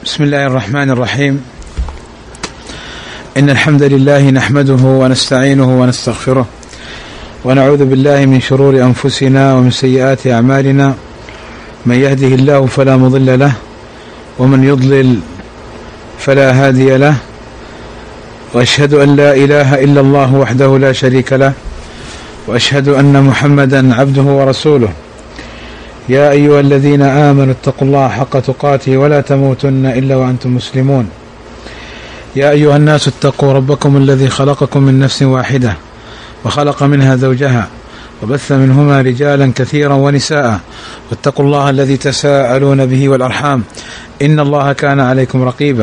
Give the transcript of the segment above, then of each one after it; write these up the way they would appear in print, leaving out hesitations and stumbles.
بسم الله الرحمن الرحيم. إن الحمد لله نحمده ونستعينه ونستغفره ونعوذ بالله من شرور أنفسنا ومن سيئات أعمالنا، من يهده الله فلا مضل له ومن يضلل فلا هادي له، وأشهد أن لا إله إلا الله وحده لا شريك له، وأشهد أن محمدا عبده ورسوله. يا أيها الذين آمنوا اتقوا الله حق تقاته ولا تموتن إلا وأنتم مسلمون. يا أيها الناس اتقوا ربكم الذي خلقكم من نفس واحدة وخلق منها زوجها وبث منهما رجالا كثيرا ونساء، واتقوا الله الذي تساءلون به والأرحام إن الله كان عليكم رقيبا.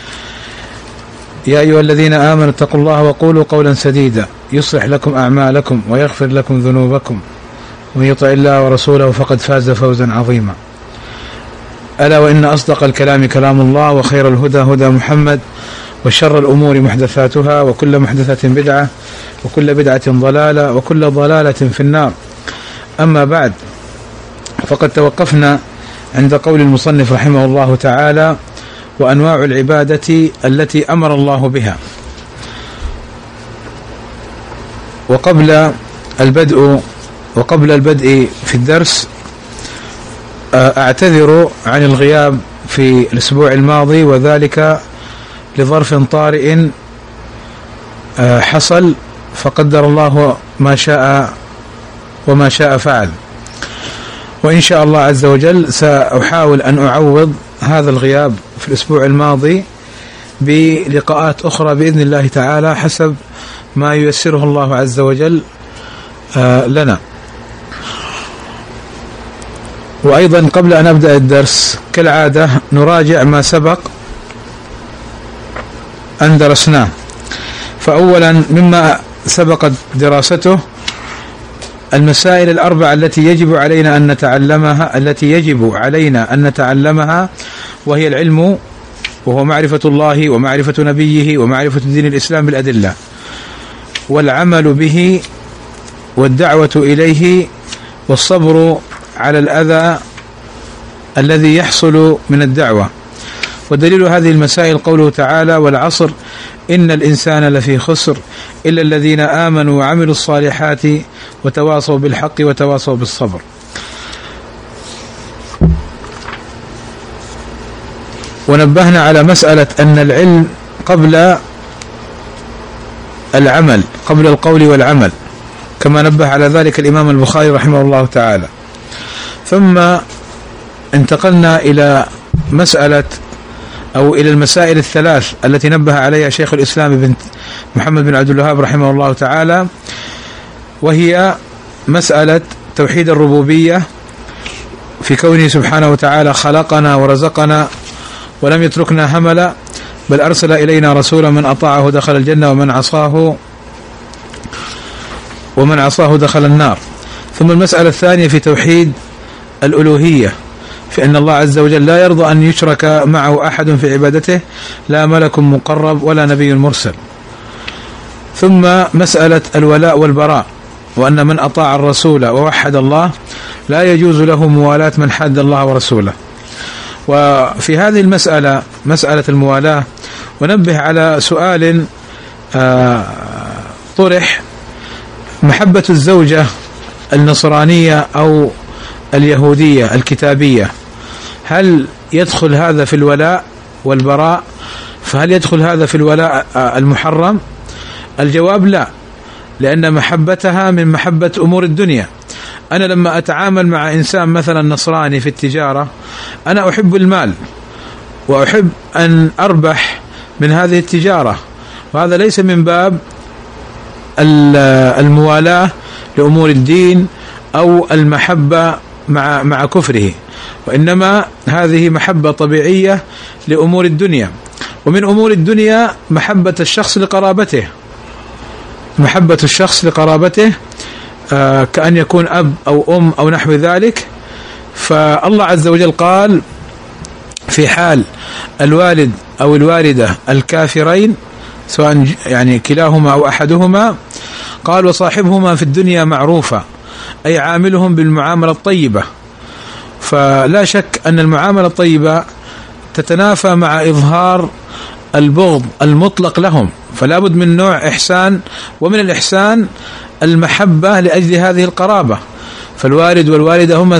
يا أيها الذين آمنوا اتقوا الله وقولوا قولا سديدا يصلح لكم أعمالكم ويغفر لكم ذنوبكم، ومن يطع الله ورسوله فقد فاز فوزا عظيما. ألا وإن أصدق الكلام كلام الله، وخير الهدى هدى محمد، وشر الأمور محدثاتها، وكل محدثة بدعة، وكل بدعة ضلالة، وكل ضلالة في النار. أما بعد، فقد توقفنا عند قول المصنف رحمه الله تعالى: وأنواع العبادة التي أمر الله بها. وقبل البدء في الدرس أعتذر عن الغياب في الأسبوع الماضي، وذلك لظرف طارئ حصل، فقدر الله ما شاء وما شاء فعل. وإن شاء الله عز وجل سأحاول أن أعوض هذا الغياب في الأسبوع الماضي بلقاءات أخرى بإذن الله تعالى حسب ما ييسره الله عز وجل لنا. وأيضا قبل أن أبدأ الدرس كالعادة نراجع ما سبق أن درسناه. فأولا مما سبقت دراسته المسائل الأربعة التي يجب علينا أن نتعلمها، وهي العلم، وهو معرفة الله ومعرفة نبيه ومعرفة دين الإسلام بالأدلة، والعمل به، والدعوة إليه، والصبر على الأذى الذي يحصل من الدعوة. ودليل هذه المسائل قوله تعالى: والعصر إن الإنسان لفي خسر إلا الذين آمنوا وعملوا الصالحات وتواصوا بالحق وتواصوا بالصبر. ونبهنا على مسألة أن العلم قبل العمل، قبل القول والعمل، كما نبه على ذلك الإمام البخاري رحمه الله تعالى. ثم انتقلنا إلى إلى المسائل الثلاث التي نبه عليها شيخ الإسلام بن محمد بن عبد الوهاب رحمه الله تعالى، وهي مسألة توحيد الربوبية في كونه سبحانه وتعالى خلقنا ورزقنا ولم يتركنا هملا، بل أرسل إلينا رسولا من أطاعه دخل الجنة ومن عصاه دخل النار. ثم المسألة الثانية في توحيد الألوهية، فإن الله عز وجل لا يرضى أن يشرك معه أحد في عبادته، لا ملك مقرب ولا نبي مرسل. ثم مسألة الولاء والبراء، وأن من أطاع الرسول ووحد الله لا يجوز له موالاة من حاد الله ورسوله. وفي هذه المسألة، مسألة الموالاة، ونبه على سؤال طرح: محبة الزوجة النصرانية أو اليهودية الكتابية، هل يدخل هذا في الولاء والبراء؟ فهل يدخل هذا في الولاء المحرم؟ الجواب لا، لأن محبتها من محبة أمور الدنيا. أنا لما أتعامل مع إنسان مثلا نصراني في التجارة، أنا أحب المال وأحب أن أربح من هذه التجارة، وهذا ليس من باب الموالاة لأمور الدين أو المحبة مع كفره، وإنما هذه محبة طبيعية لأمور الدنيا. ومن أمور الدنيا محبة الشخص لقرابته، كأن يكون أب أو أم أو نحو ذلك. فالله عز وجل قال في حال الوالد أو الوالدة الكافرين، سواء يعني كلاهما أو أحدهما، قال: وصاحبهما في الدنيا معروفا، أي عاملهم بالمعاملة الطيبة. فلا شك أن المعاملة الطيبة تتنافى مع إظهار البغض المطلق لهم، فلا بد من نوع إحسان، ومن الإحسان المحبة لأجل هذه القرابة. فالوالد والوالدة هما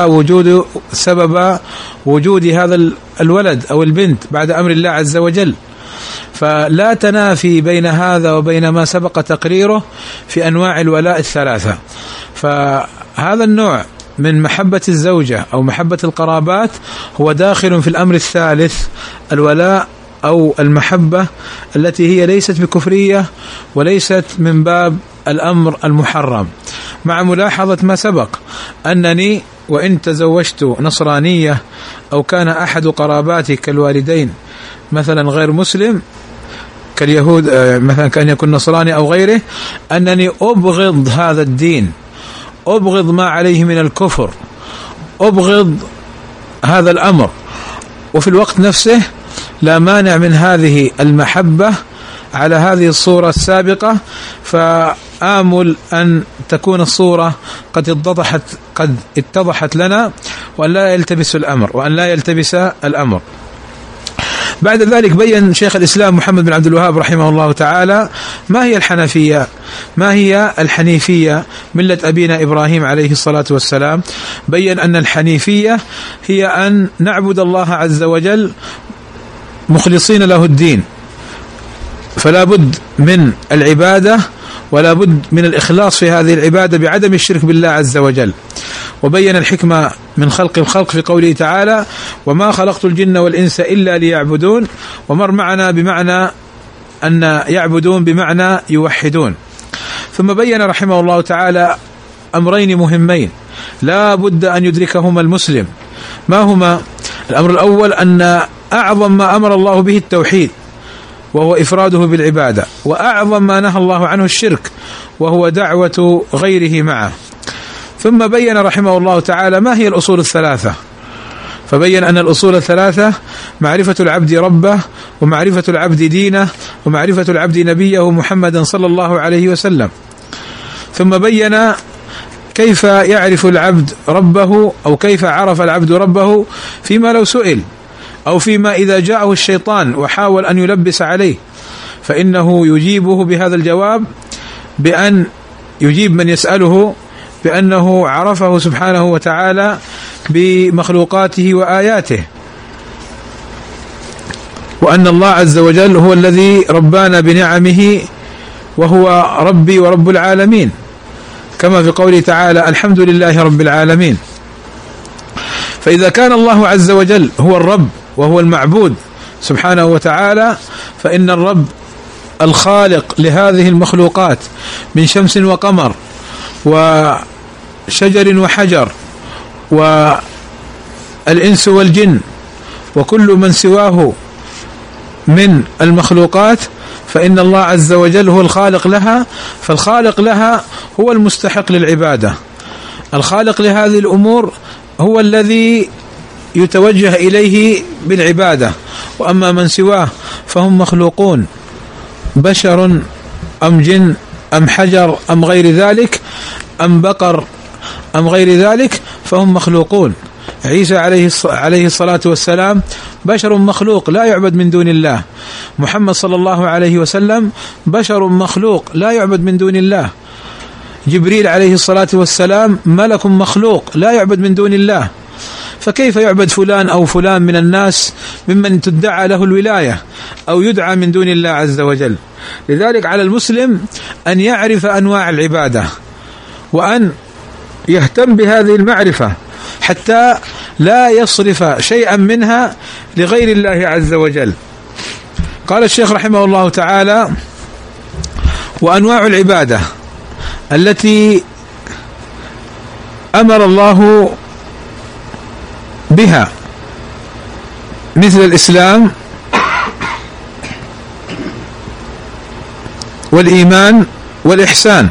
سبب وجود هذا الولد أو البنت بعد أمر الله عز وجل، فلا تنافي بين هذا وبين ما سبق تقريره في أنواع الولاء الثلاثة. فهذا النوع من محبة الزوجة أو محبة القرابات هو داخل في الأمر الثالث، الولاء أو المحبة التي هي ليست بكفرية وليست من باب الأمر المحرم، مع ملاحظة ما سبق أنني وإن تزوجت نصرانية أو كان أحد قراباتي كالوالدين مثلا غير مسلم كاليهود، مثلا كان يكون نصراني أو غيره، أنني أبغض هذا الدين، أبغض ما عليه من الكفر، أبغض هذا الأمر، وفي الوقت نفسه لا مانع من هذه المحبة على هذه الصورة السابقة، فآمل أن تكون الصورة قد اتضحت لنا، وأن لا يلتبس الأمر. بعد ذلك بيّن شيخ الإسلام محمد بن عبد الوهاب رحمه الله تعالى ما هي الحنفية، ما هي الحنيفية ملة أبينا إبراهيم عليه الصلاة والسلام. بيّن أن الحنيفية هي أن نعبد الله عز وجل مخلصين له الدين، فلا بد من العبادة ولا بد من الإخلاص في هذه العبادة بعدم الشرك بالله عز وجل. وبين الحكمة من خلق الخلق في قوله تعالى: وما خلقت الجن والإنس إلا ليعبدون، ومر معنا بمعنى أن يعبدون بمعنى يوحدون. ثم بين رحمه الله تعالى أمرين مهمين لا بد أن يدركهما المسلم. ما هما؟ الأمر الأول أن أعظم ما أمر الله به التوحيد وهو إفراده بالعبادة، وأعظم ما نهى الله عنه الشرك وهو دعوة غيره معه. ثم بين رحمه الله تعالى ما هي الأصول الثلاثة، فبين أن الأصول الثلاثة معرفة العبد ربه، ومعرفة العبد دينه، ومعرفة العبد نبيه محمدا صلى الله عليه وسلم. ثم بين كيف يعرف العبد ربه، أو كيف عرف العبد ربه فيما لو سئل، أو فيما إذا جاءه الشيطان وحاول أن يلبس عليه، فإنه يجيبه بهذا الجواب بأن يجيب من يسأله بأنه عرفه سبحانه وتعالى بمخلوقاته وآياته، وأن الله عز وجل هو الذي ربانا بنعمه وهو ربي ورب العالمين، كما في قوله تعالى: الحمد لله رب العالمين. فإذا كان الله عز وجل هو الرب وهو المعبود سبحانه وتعالى، فإن الرب الخالق لهذه المخلوقات من شمس وقمر وشجر وحجر والإنس والجن وكل من سواه من المخلوقات، فإن الله عز وجل هو الخالق لها، فالخالق لها هو المستحق للعبادة. الخالق لهذه الأمور هو الذي يتوجه إليه بالعبادة، وأما من سواه فهم مخلوقون، بشر أم جن أم حجر أم غير ذلك أم بقر أم غير ذلك، فهم مخلوقون. عيسى عليه الصلاة والسلام بشر مخلوق لا يعبد من دون الله. محمد صلى الله عليه وسلم بشر مخلوق لا يعبد من دون الله. جبريل عليه الصلاة والسلام ملك مخلوق لا يعبد من دون الله. فكيف يعبد فلان أو فلان من الناس ممن تدعى له الولاية أو يدعى من دون الله عز وجل؟ لذلك على المسلم أن يعرف أنواع العبادة وأن يهتم بهذه المعرفة حتى لا يصرف شيئا منها لغير الله عز وجل. قال الشيخ رحمه الله تعالى: وأنواع العبادة التي أمر الله بها مثل الإسلام والإيمان والإحسان،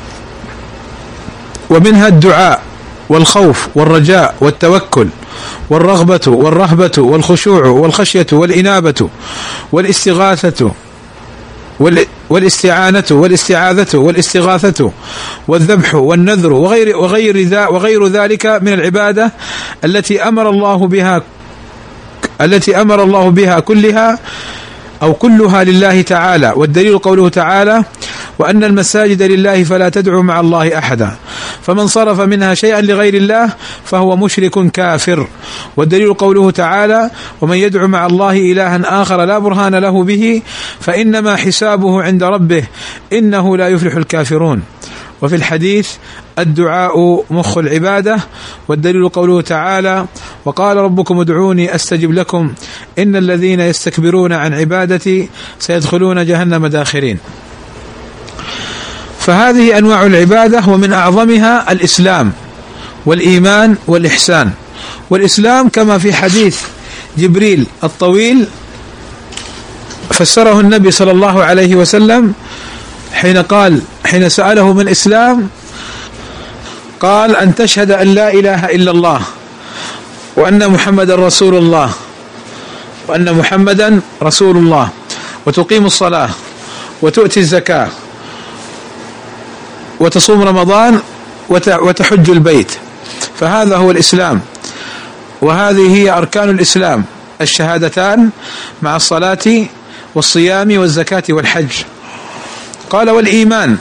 ومنها الدعاء والخوف والرجاء والتوكل والرغبة والرهبة والخشوع والخشية والإنابة والاستغاثة والاستعانة والاستعاذة والاستغاثة والذبح والنذر وغير ذلك من العبادة التي أمر الله بها التي أمر الله بها كلها أو كلها لله تعالى، والدليل قوله تعالى: وأن المساجد لله فلا تدعوا مع الله أحدا، فمن صرف منها شيئا لغير الله فهو مشرك كافر. والدليل قوله تعالى: ومن يدعو مع الله إلها آخر لا برهان له به فإنما حسابه عند ربه إنه لا يفلح الكافرون. وفي الحديث: الدعاء مخ العبادة. والدليل قوله تعالى: وقال ربكم ادعوني أستجب لكم إن الذين يستكبرون عن عبادتي سيدخلون جهنم داخرين. فهذه أنواع العبادة، ومن أعظمها الإسلام والإيمان والإحسان. والإسلام كما في حديث جبريل الطويل فسره النبي صلى الله عليه وسلم حين سأله ما الإسلام قال: أن تشهد أن لا إله إلا الله وأن محمدا رسول الله وتقيم الصلاة وتؤتي الزكاة وتصوم رمضان وتحج البيت. فهذا هو الإسلام، وهذه هي أركان الإسلام: الشهادتان مع الصلاة والصيام والزكاة والحج. قال: والإيمان،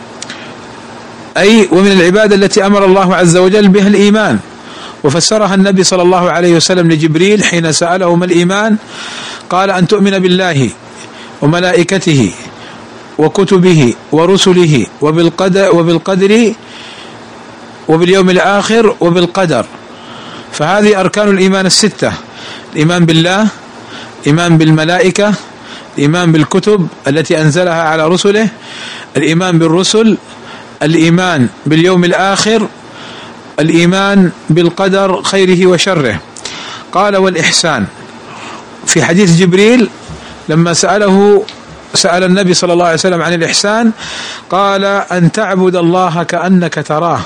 أي ومن العبادة التي أمر الله عز وجل بها الإيمان، وفسرها النبي صلى الله عليه وسلم لجبريل حين سأله ما الإيمان قال: أن تؤمن بالله وملائكته وكتبه ورسله وبالقدر وباليوم الآخر وبالقدر. فهذه أركان الإيمان الستة: الإيمان بالله، الإيمان بالملائكة، الإيمان بالكتب التي أنزلها على رسله، الإيمان بالرسل، الإيمان باليوم الآخر، الإيمان بالقدر خيره وشره. قال: والإحسان. في حديث جبريل لما سأل النبي صلى الله عليه وسلم عن الإحسان قال: أن تعبد الله كأنك تراه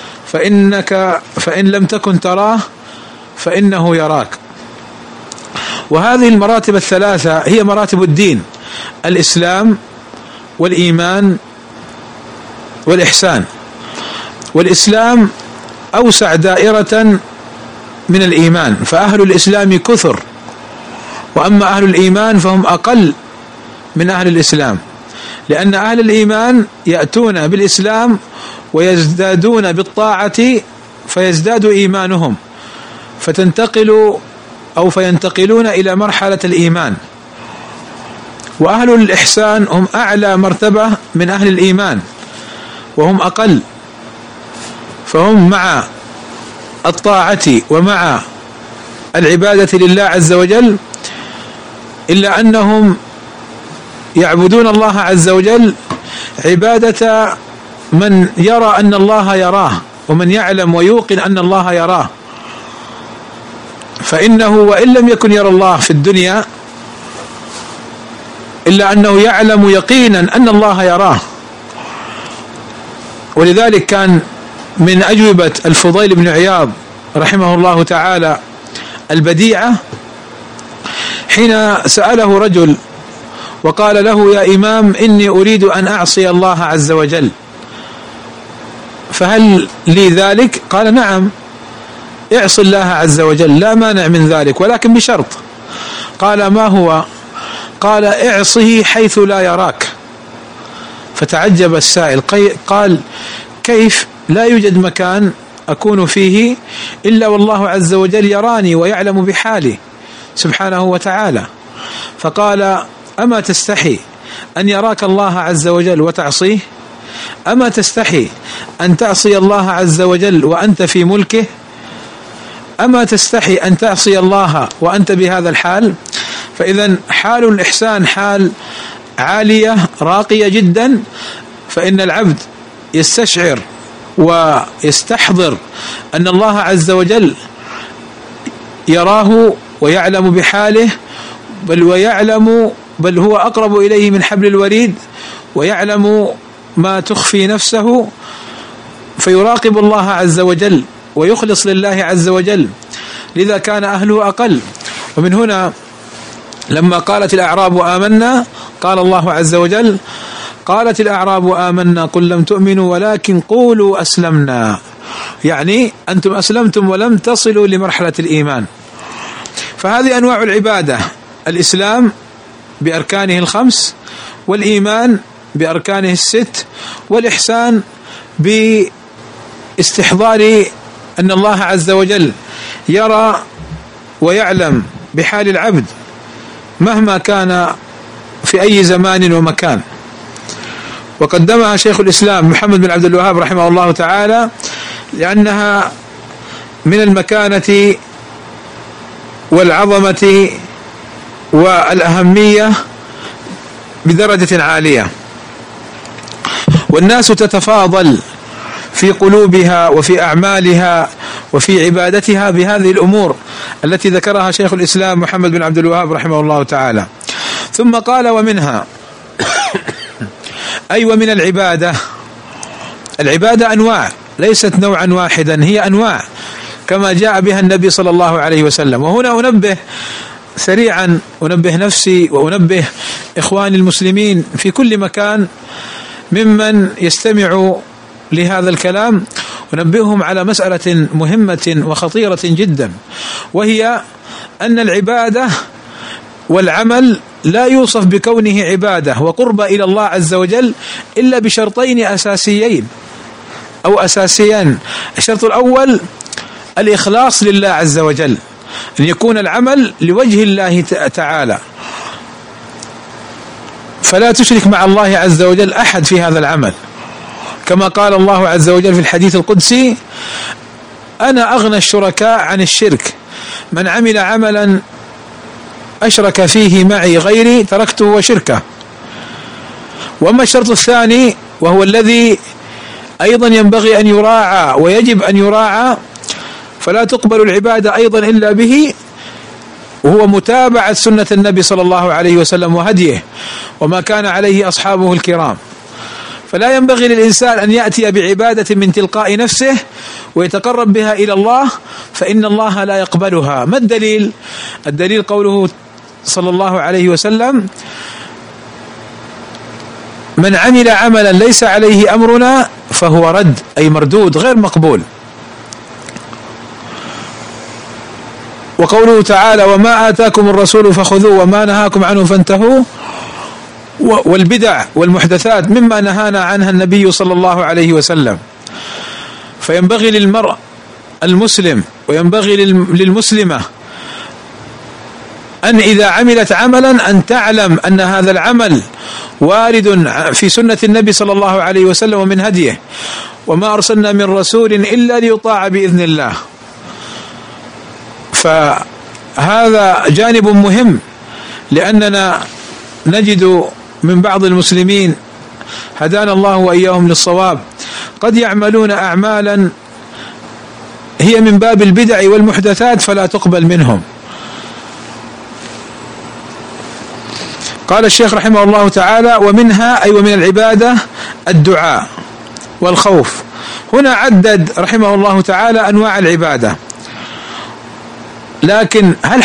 فإن لم تكن تراه فإنه يراك. وهذه المراتب الثلاثة هي مراتب الدين: الإسلام والإيمان والإحسان. والإسلام أوسع دائرة من الإيمان، فأهل الإسلام كثر، وأما أهل الإيمان فهم أقل من أهل الإسلام، لأن أهل الإيمان يأتون بالإسلام ويزدادون بالطاعة فيزداد إيمانهم فينتقلون إلى مرحلة الإيمان. وأهل الإحسان هم أعلى مرتبة من أهل الإيمان وهم أقل، فهم مع الطاعة ومع العبادة لله عز وجل، إلا أنهم يعبدون الله عز وجل عبادة من يرى أن الله يراه، ومن يعلم ويوقن أن الله يراه، فإنه وإن لم يكن يرى الله في الدنيا إلا أنه يعلم يقينا أن الله يراه. ولذلك كان من أجوبة الفضيل بن عياض رحمه الله تعالى البديعة حين سأله رجل وقال له: يا إمام، إني أريد أن أعصي الله عز وجل، فهل لي ذلك؟ قال: نعم، اعصي الله عز وجل، لا مانع من ذلك، ولكن بشرط. قال: ما هو؟ قال: اعصه حيث لا يراك. فتعجب السائل، قال: كيف؟ لا يوجد مكان أكون فيه إلا والله عز وجل يراني ويعلم بحالي سبحانه وتعالى. فقال: أما تستحي أن يراك الله عز وجل وتعصيه؟ أما تستحي أن تعصي الله عز وجل وأنت في ملكه؟ أما تستحي أن تعصي الله وأنت بهذا الحال؟ فإذا حال الإحسان حال عالية راقية جدا، فإن العبد يستشعر ويستحضر أن الله عز وجل يراه ويعلم بحاله، بل هو أقرب إليه من حبل الوريد، ويعلم ما تخفي نفسه، فيراقب الله عز وجل ويخلص لله عز وجل، لذا كان أهله أقل. ومن هنا لما قالت الأعراب آمنا قال الله عز وجل: قالت الأعراب آمنا قل لم تؤمنوا ولكن قولوا أسلمنا، يعني أنتم أسلمتم ولم تصلوا لمرحلة الإيمان. فهذه أنواع العبادة: الإسلام بأركانه الخمس، والإيمان بأركانه الست، والإحسان باستحضار أن الله عز وجل يرى ويعلم بحال العبد مهما كان في أي زمان ومكان. وقدمها شيخ الإسلام محمد بن عبد الوهاب رحمه الله تعالى لأنها من المكانة والعظمة والأهمية بدرجة عالية، والناس تتفاضل في قلوبها وفي أعمالها وفي عبادتها بهذه الأمور التي ذكرها شيخ الإسلام محمد بن عبد الوهاب رحمه الله تعالى. ثم قال: ومنها أي ومن العبادة. العبادة أنواع، ليست نوعا واحدا، هي أنواع كما جاء بها النبي صلى الله عليه وسلم. وهنا أنبه سريعا، أنبه نفسي وأنبه إخواني المسلمين في كل مكان ممن يستمع لهذا الكلام، ونبههم على مسألة مهمة وخطيرة جدا، وهي أن العبادة والعمل لا يوصف بكونه عبادة وقرب إلى الله عز وجل إلا بشرطين أساسيين أو أساسيان. الشرط الأول الإخلاص لله عز وجل، أن يكون العمل لوجه الله تعالى، فلا تشرك مع الله عز وجل أحد في هذا العمل، كما قال الله عز وجل في الحديث القدسي: أنا أغنى الشركاء عن الشرك، من عمل عملا أشرك فيه معي غيري تركته وشركه. وأما الشرط الثاني وهو الذي أيضا ينبغي أن يراعى ويجب أن يراعى، فلا تقبل العبادة أيضا إلا به، وهو متابعة سنة النبي صلى الله عليه وسلم وهديه وما كان عليه أصحابه الكرام. فلا ينبغي للإنسان أن يأتي بعبادة من تلقاء نفسه ويتقرب بها إلى الله، فإن الله لا يقبلها. ما الدليل؟ الدليل قوله صلى الله عليه وسلم: من عمل عملا ليس عليه أمرنا فهو رد، أي مردود غير مقبول. وقوله تعالى: وما آتاكم الرسول فخذوه وما نهاكم عنه فانتهوا. والبدع والمحدثات مما نهانا عنها النبي صلى الله عليه وسلم. فينبغي للمرء المسلم وينبغي للمسلمة أن إذا عملت عملا أن تعلم أن هذا العمل وارد في سنة النبي صلى الله عليه وسلم ومن هديه، وما أرسلنا من رسول إلا ليطاع بإذن الله. فهذا جانب مهم، لأننا نجد من بعض المسلمين هدانا الله وإياهم للصواب قد يعملون أعمالا هي من باب البدع والمحدثات فلا تقبل منهم. قال الشيخ رحمه الله تعالى: ومنها أي ومن العبادة الدعاء والخوف. هنا عدد رحمه الله تعالى أنواع العبادة، لكن هل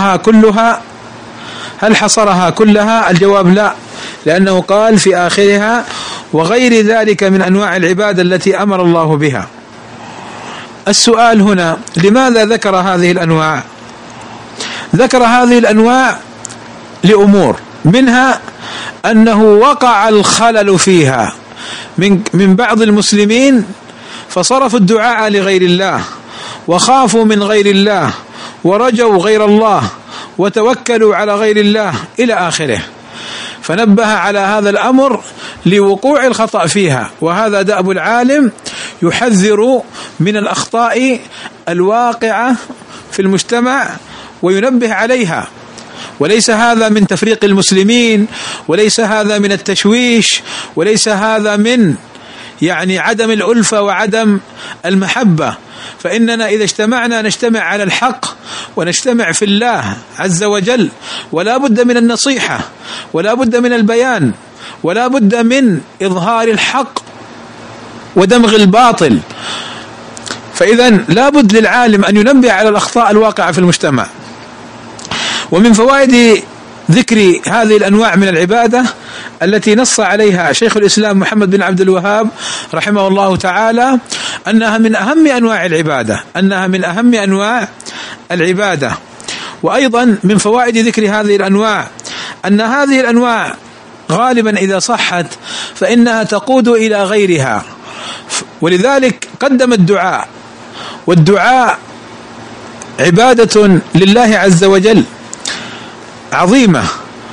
حصرها كلها؟ الجواب لا، لأنه قال في آخرها: وغير ذلك من أنواع العبادة التي أمر الله بها. السؤال هنا: لماذا ذكر هذه الأنواع؟ ذكر هذه الأنواع لأمور، منها أنه وقع الخلل فيها من بعض المسلمين، فصرفوا الدعاء لغير الله وخافوا من غير الله ورجوا غير الله وتوكلوا على غير الله إلى آخره. فنبه على هذا الأمر لوقوع الخطأ فيها، وهذا دأب العالم، يحذر من الأخطاء الواقعة في المجتمع وينبه عليها. وليس هذا من تفريق المسلمين، وليس هذا من التشويش، وليس هذا من عدم الألفة وعدم المحبة. فإننا إذا اجتمعنا نجتمع على الحق ونجتمع في الله عز وجل، ولا بد من النصيحة ولا بد من البيان ولا بد من إظهار الحق ودمغ الباطل. فإذا لا بد للعالم أن ينبه على الأخطاء الواقعة في المجتمع. ومن فوائد ذكر هذه الأنواع من العبادة التي نص عليها شيخ الإسلام محمد بن عبد الوهاب رحمه الله تعالى أنها من أهم أنواع العبادة، وأيضا من فوائد ذكر هذه الأنواع أن هذه الأنواع غالبا إذا صحت فإنها تقود إلى غيرها، ولذلك قدم الدعاء، والدعاء عبادة لله عز وجل عظيمة،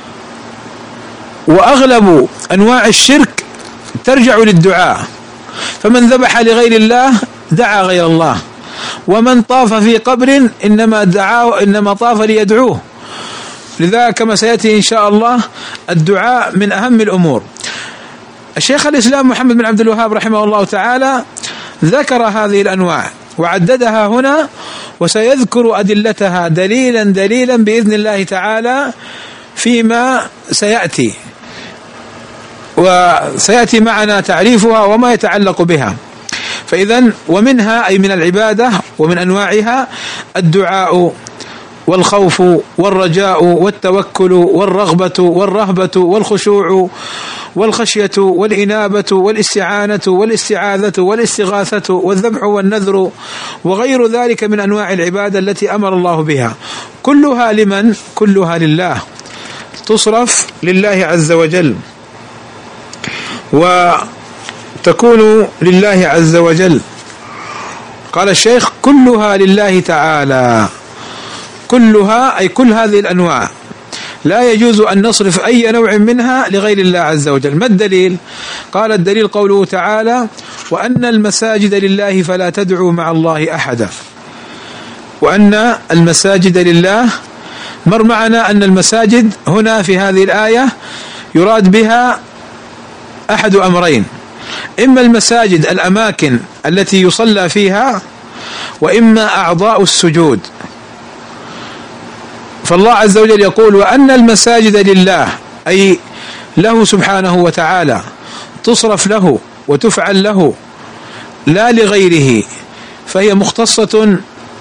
وأغلب أنواع الشرك ترجع للدعاء، فمن ذبح لغير الله دعا غير الله، ومن طاف في قبر إنما طاف ليدعوه. لذا كما سيأتي إن شاء الله الدعاء من أهم الأمور. الشيخ الإسلام محمد بن عبد الوهاب رحمه الله تعالى ذكر هذه الأنواع وعددها هنا، وسيذكر أدلتها دليلا دليلا بإذن الله تعالى فيما سيأتي، وسيأتي معنا تعريفها وما يتعلق بها. فإذن ومنها أي من العبادة ومن أنواعها الدعاء والخوف والرجاء والتوكل والرغبة والرهبة والخشوع والخشية والإنابة والاستعانة والاستعاذة والاستغاثة والذبح والنذر وغير ذلك من أنواع العبادة التي أمر الله بها، كلها لمن؟ كلها لله، تصرف لله عز وجل وتكون لله عز وجل. قال الشيخ كلها لله تعالى، كلها أي كل هذه الأنواع، لا يجوز أن نصرف أي نوع منها لغير الله عز وجل. ما الدليل؟ قال الدليل قوله تعالى وأن المساجد لله فلا تدعوا مع الله أحدا. وأن المساجد لله مر معنا أن المساجد هنا في هذه الآية يراد بها أحد أمرين، إما المساجد الأماكن التي يصلى فيها، وإما أعضاء السجود. فالله عز وجل يقول وأن المساجد لله، أي له سبحانه وتعالى، تصرف له وتفعل له لا لغيره، فهي مختصة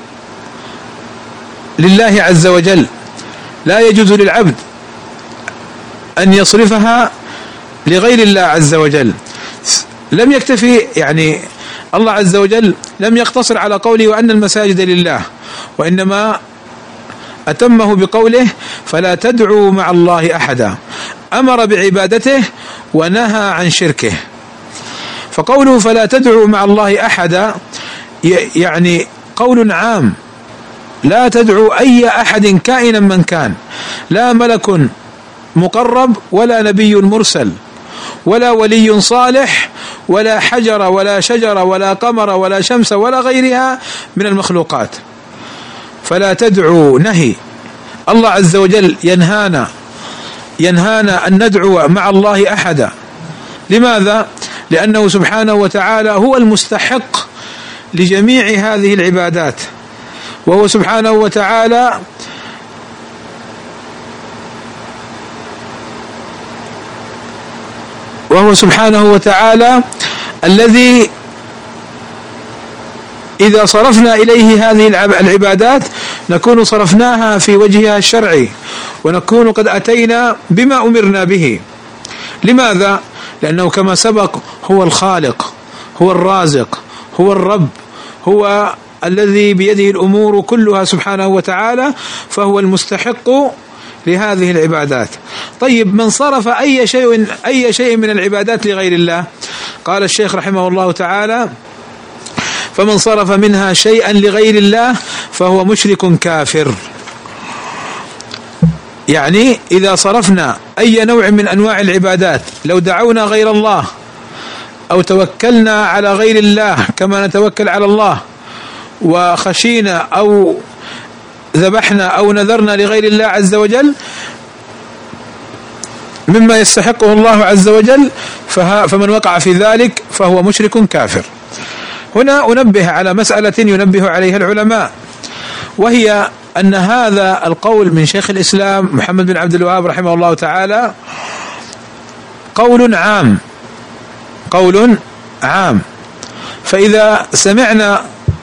لله عز وجل، لا يجوز للعبد أن يصرفها لغير الله عز وجل. لم يكتفي، يعني الله عز وجل لم يقتصر على قوله وأن المساجد لله، وإنما أتمه بقوله فلا تدعوا مع الله أحدا، أمر بعبادته ونهى عن شركه. فقوله فلا تدعوا مع الله أحدا يعني قول عام، لا تدعوا أي أحد كائنا من كان، لا ملك مقرب ولا نبي مرسل ولا ولي صالح ولا حجر ولا شجر ولا قمر ولا شمس ولا غيرها من المخلوقات. فلا تدعوا نهي، الله عز وجل ينهانا أن ندعو مع الله أحدا. لماذا؟ لأنه سبحانه وتعالى هو المستحق لجميع هذه العبادات، وهو سبحانه وتعالى الذي إذا صرفنا إليه هذه العبادات نكون صرفناها في وجهها الشرعي، ونكون قد أتينا بما أمرنا به. لماذا؟ لأنه كما سبق هو الخالق، هو الرازق، هو الرب، هو الذي بيده الأمور كلها سبحانه وتعالى، فهو المستحق لهذه العبادات. طيب من صرف أي شيء من العبادات لغير الله؟ قال الشيخ رحمه الله تعالى فمن صرف منها شيئا لغير الله فهو مشرك كافر. يعني إذا صرفنا أي نوع من أنواع العبادات، لو دعونا غير الله أو توكلنا على غير الله كما نتوكل على الله، وخشينا أو ذبحنا أو نذرنا لغير الله عز وجل مما يستحقه الله عز وجل، فمن وقع في ذلك فهو مشرك كافر. هنا أنبه على مسألة ينبه عليها العلماء، وهي أن هذا القول من شيخ الإسلام محمد بن عبد الوهاب رحمه الله تعالى قول عام. فإذا سمعنا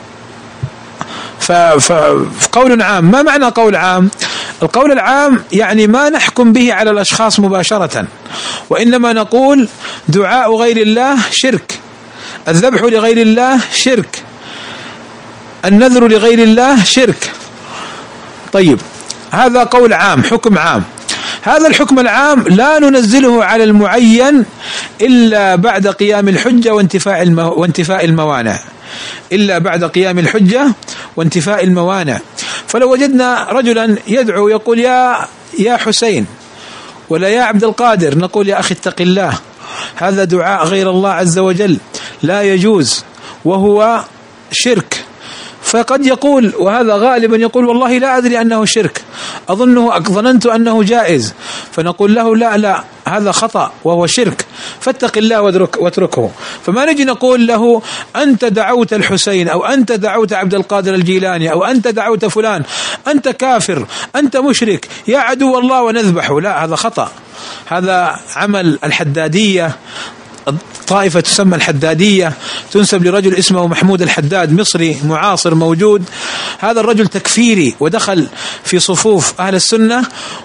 فقول عام، ما معنى قول عام؟ القول العام يعني ما نحكم به على الأشخاص مباشرة، وإنما نقول دعاء غير الله شرك، الذبح لغير الله شرك، النذر لغير الله شرك. طيب هذا قول عام، حكم عام. هذا الحكم العام لا ننزله على المعين إلا بعد قيام الحجة وانتفاء الموانع، إلا بعد قيام الحجة وانتفاء الموانع. فلو وجدنا رجلا يدعو يقول يا حسين ولا يا عبد القادر، نقول يا أخي اتق الله، هذا دعاء غير الله عز وجل لا يجوز وهو شرك. فقد يقول، وهذا غالبا يقول والله لا أدري أنه شرك، ظننت أنه جائز، فنقول له لا هذا خطأ وهو شرك، فاتق الله واتركه. فما نجي نقول له أنت دعوت الحسين أو أنت دعوت عبد القادر الجيلاني أو أنت دعوت فلان، أنت كافر، أنت مشرك، يا عدو الله، ونذبحه. لا، هذا خطأ، هذا عمل الحدادية، طائفة تسمى الحدادية، تنسب لرجل اسمه محمود الحداد، مصري معاصر موجود. هذا الرجل تكفيري ودخل في صفوف أهل السنة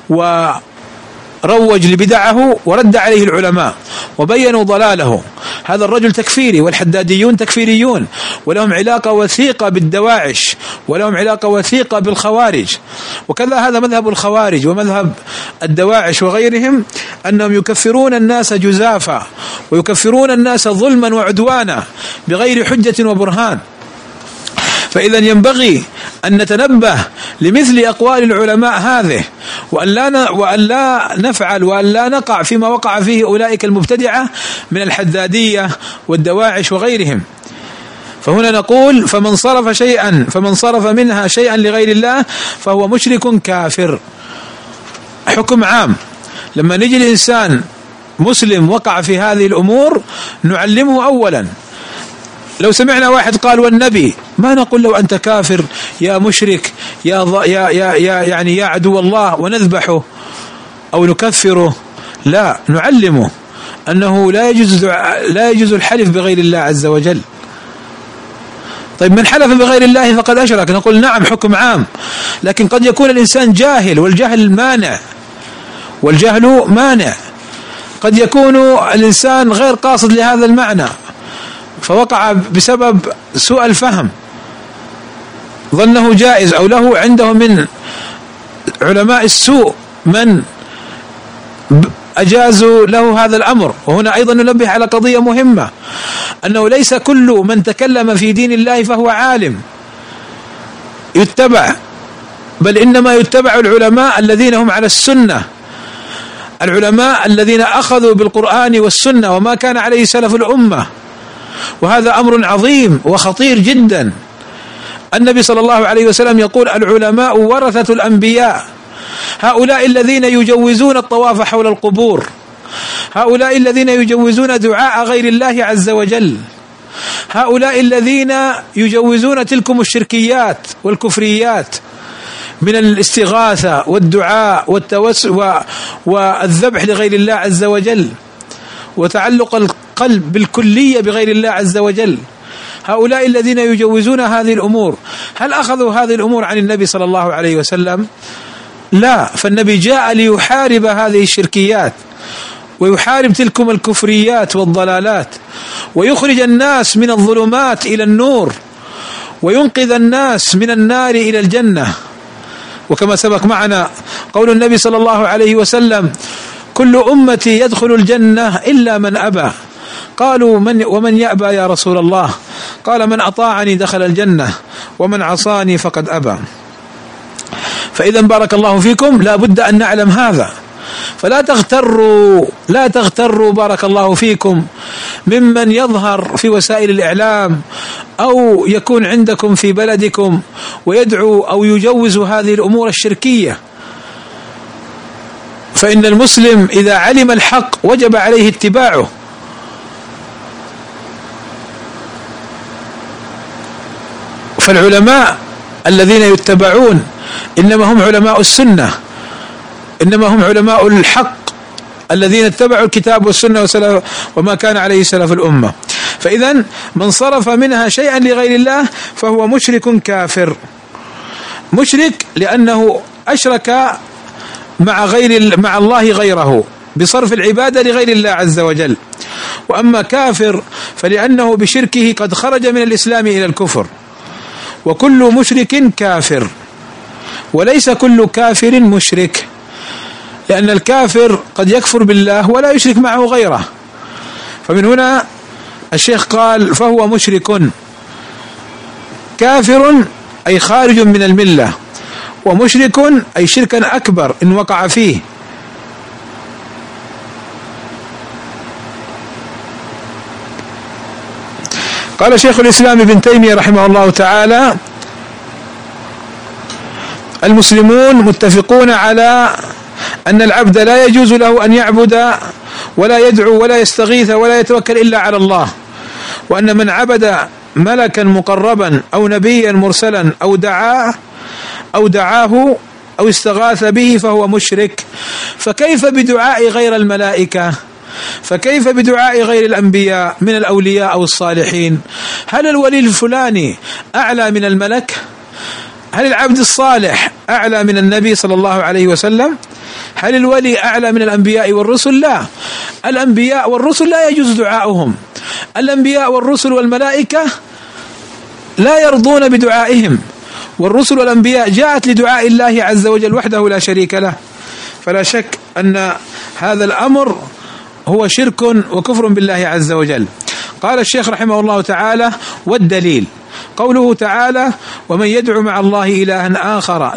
وروج لبدعه ورد عليه العلماء وبينوا ضلاله. هذا الرجل تكفيري، والحداديون تكفيريون ولهم علاقة وثيقة بالدواعش ولهم علاقة وثيقة بالخوارج. وكذا هذا مذهب الخوارج ومذهب الدواعش وغيرهم، أنهم يكفرون الناس جزافا ويكفرون الناس ظلما وعدوانا بغير حجة وبرهان. فإذا ينبغي أن نتنبه لمثل أقوال العلماء هذه، وأن لا نفعل وأن لا نقع فيما وقع فيه أولئك المبتدعة من الحدادية والدواعش وغيرهم. فهنا نقول فمن صرف منها شيئا لغير الله فهو مشرك كافر. حكم عام. لما نجي الإنسان مسلم وقع في هذه الأمور نعلمه أولا. لو سمعنا واحد قال والنبي، ما نقول له أنت كافر يا مشرك يا عدو الله ونذبحه أو نكفره. لا، نعلمه أنه لا يجوز الحلف بغير الله عز وجل. طيب من حلف بغير الله فقد أشرك، نقول نعم حكم عام، لكن قد يكون الإنسان جاهل والجهل مانع. قد يكون الإنسان غير قاصد لهذا المعنى فوقع بسبب سوء الفهم، ظنه جائز، أو عنده من علماء السوء من أجازوا له هذا الأمر. وهنا أيضا ننبه على قضية مهمة، أنه ليس كل من تكلم في دين الله فهو عالم يتبع، بل إنما يتبع العلماء الذين هم على السنة، العلماء الذين أخذوا بالقرآن والسنة وما كان عليه سلف الأمة. وهذا أمر عظيم وخطير جدا. النبي صلى الله عليه وسلم يقول العلماء ورثة الأنبياء، هؤلاء الذين يجوزون الطواف حول القبور، هؤلاء الذين يجوزون دعاء غير الله عز وجل، هؤلاء الذين يجوزون تلكم الشركيات والكفريات من الاستغاثة والدعاء والتوسل والذبح لغير الله عز وجل وتعلق القلب بالكلية بغير الله عز وجل. هؤلاء الذين يجوزون هذه الأمور، هل أخذوا هذه الأمور عن النبي صلى الله عليه وسلم؟ لا، فالنبي جاء ليحارب هذه الشركيات ويحارب تلكم الكفريات والضلالات ويخرج الناس من الظلمات إلى النور وينقذ الناس من النار إلى الجنة. وكما سبق معنا قول النبي صلى الله عليه وسلم كل أمتي يدخل الجنة إلا من أبى. قالوا ومن يأبى يا رسول الله؟ قال من أطاعني دخل الجنة ومن عصاني فقد أبى. فإذا بارك الله فيكم لا بد أن نعلم هذا، فلا تغتروا بارك الله فيكم ممن يظهر في وسائل الإعلام أو يكون عندكم في بلدكم ويدعو أو يجوز هذه الأمور الشركية. فإن المسلم إذا علم الحق وجب عليه اتباعه. فالعلماء الذين يتبعون إنما هم علماء السنة، إنما هم علماء الحق الذين اتبعوا الكتاب والسنة وما كان عليه سلف الأمة. فإذا من صرف منها شيئا لغير الله فهو مشرك كافر. مشرك لأنه أشرك مع الله غيره بصرف العبادة لغير الله عز وجل. وأما كافر فلأنه بشركه قد خرج من الإسلام إلى الكفر. وكل مشرك كافر، وليس كل كافر مشرك، لأن الكافر قد يكفر بالله ولا يشرك معه غيره. فمن هنا الشيخ قال فهو مشرك، كافر أي خارج من الملة، ومشرك أي شركا أكبر إن وقع فيه. قال شيخ الإسلام ابن تيمية رحمه الله تعالى: المسلمون متفقون على أن العبد لا يجوز له أن يعبد ولا يدعو ولا يستغيث ولا يتوكل إلا على الله، وأن من عبد ملكا مقربا أو نبيا مرسلا أو دعاه أو استغاث به فهو مشرك. فكيف بدعاء غير الملائكة؟ فكيف بدعاء غير الأنبياء من الأولياء أو الصالحين؟ هل الولي الفلاني أعلى من الملك؟ هل العبد الصالح أعلى من النبي صلى الله عليه وسلم؟ هل الولي أعلى من الأنبياء والرسل؟ لا، الأنبياء والرسل لا يجوز دعاؤهم، الأنبياء والرسل والملائكة لا يرضون بدعائهم، والرسل والأنبياء جاءت لدعاء الله عز وجل وحده لا شريك له. فلا شك أن هذا الأمر هو شرك وكفر بالله عز وجل. قال الشيخ رحمه الله تعالى: والدليل قوله تعالى: ومن يدعو مع الله إلها آخر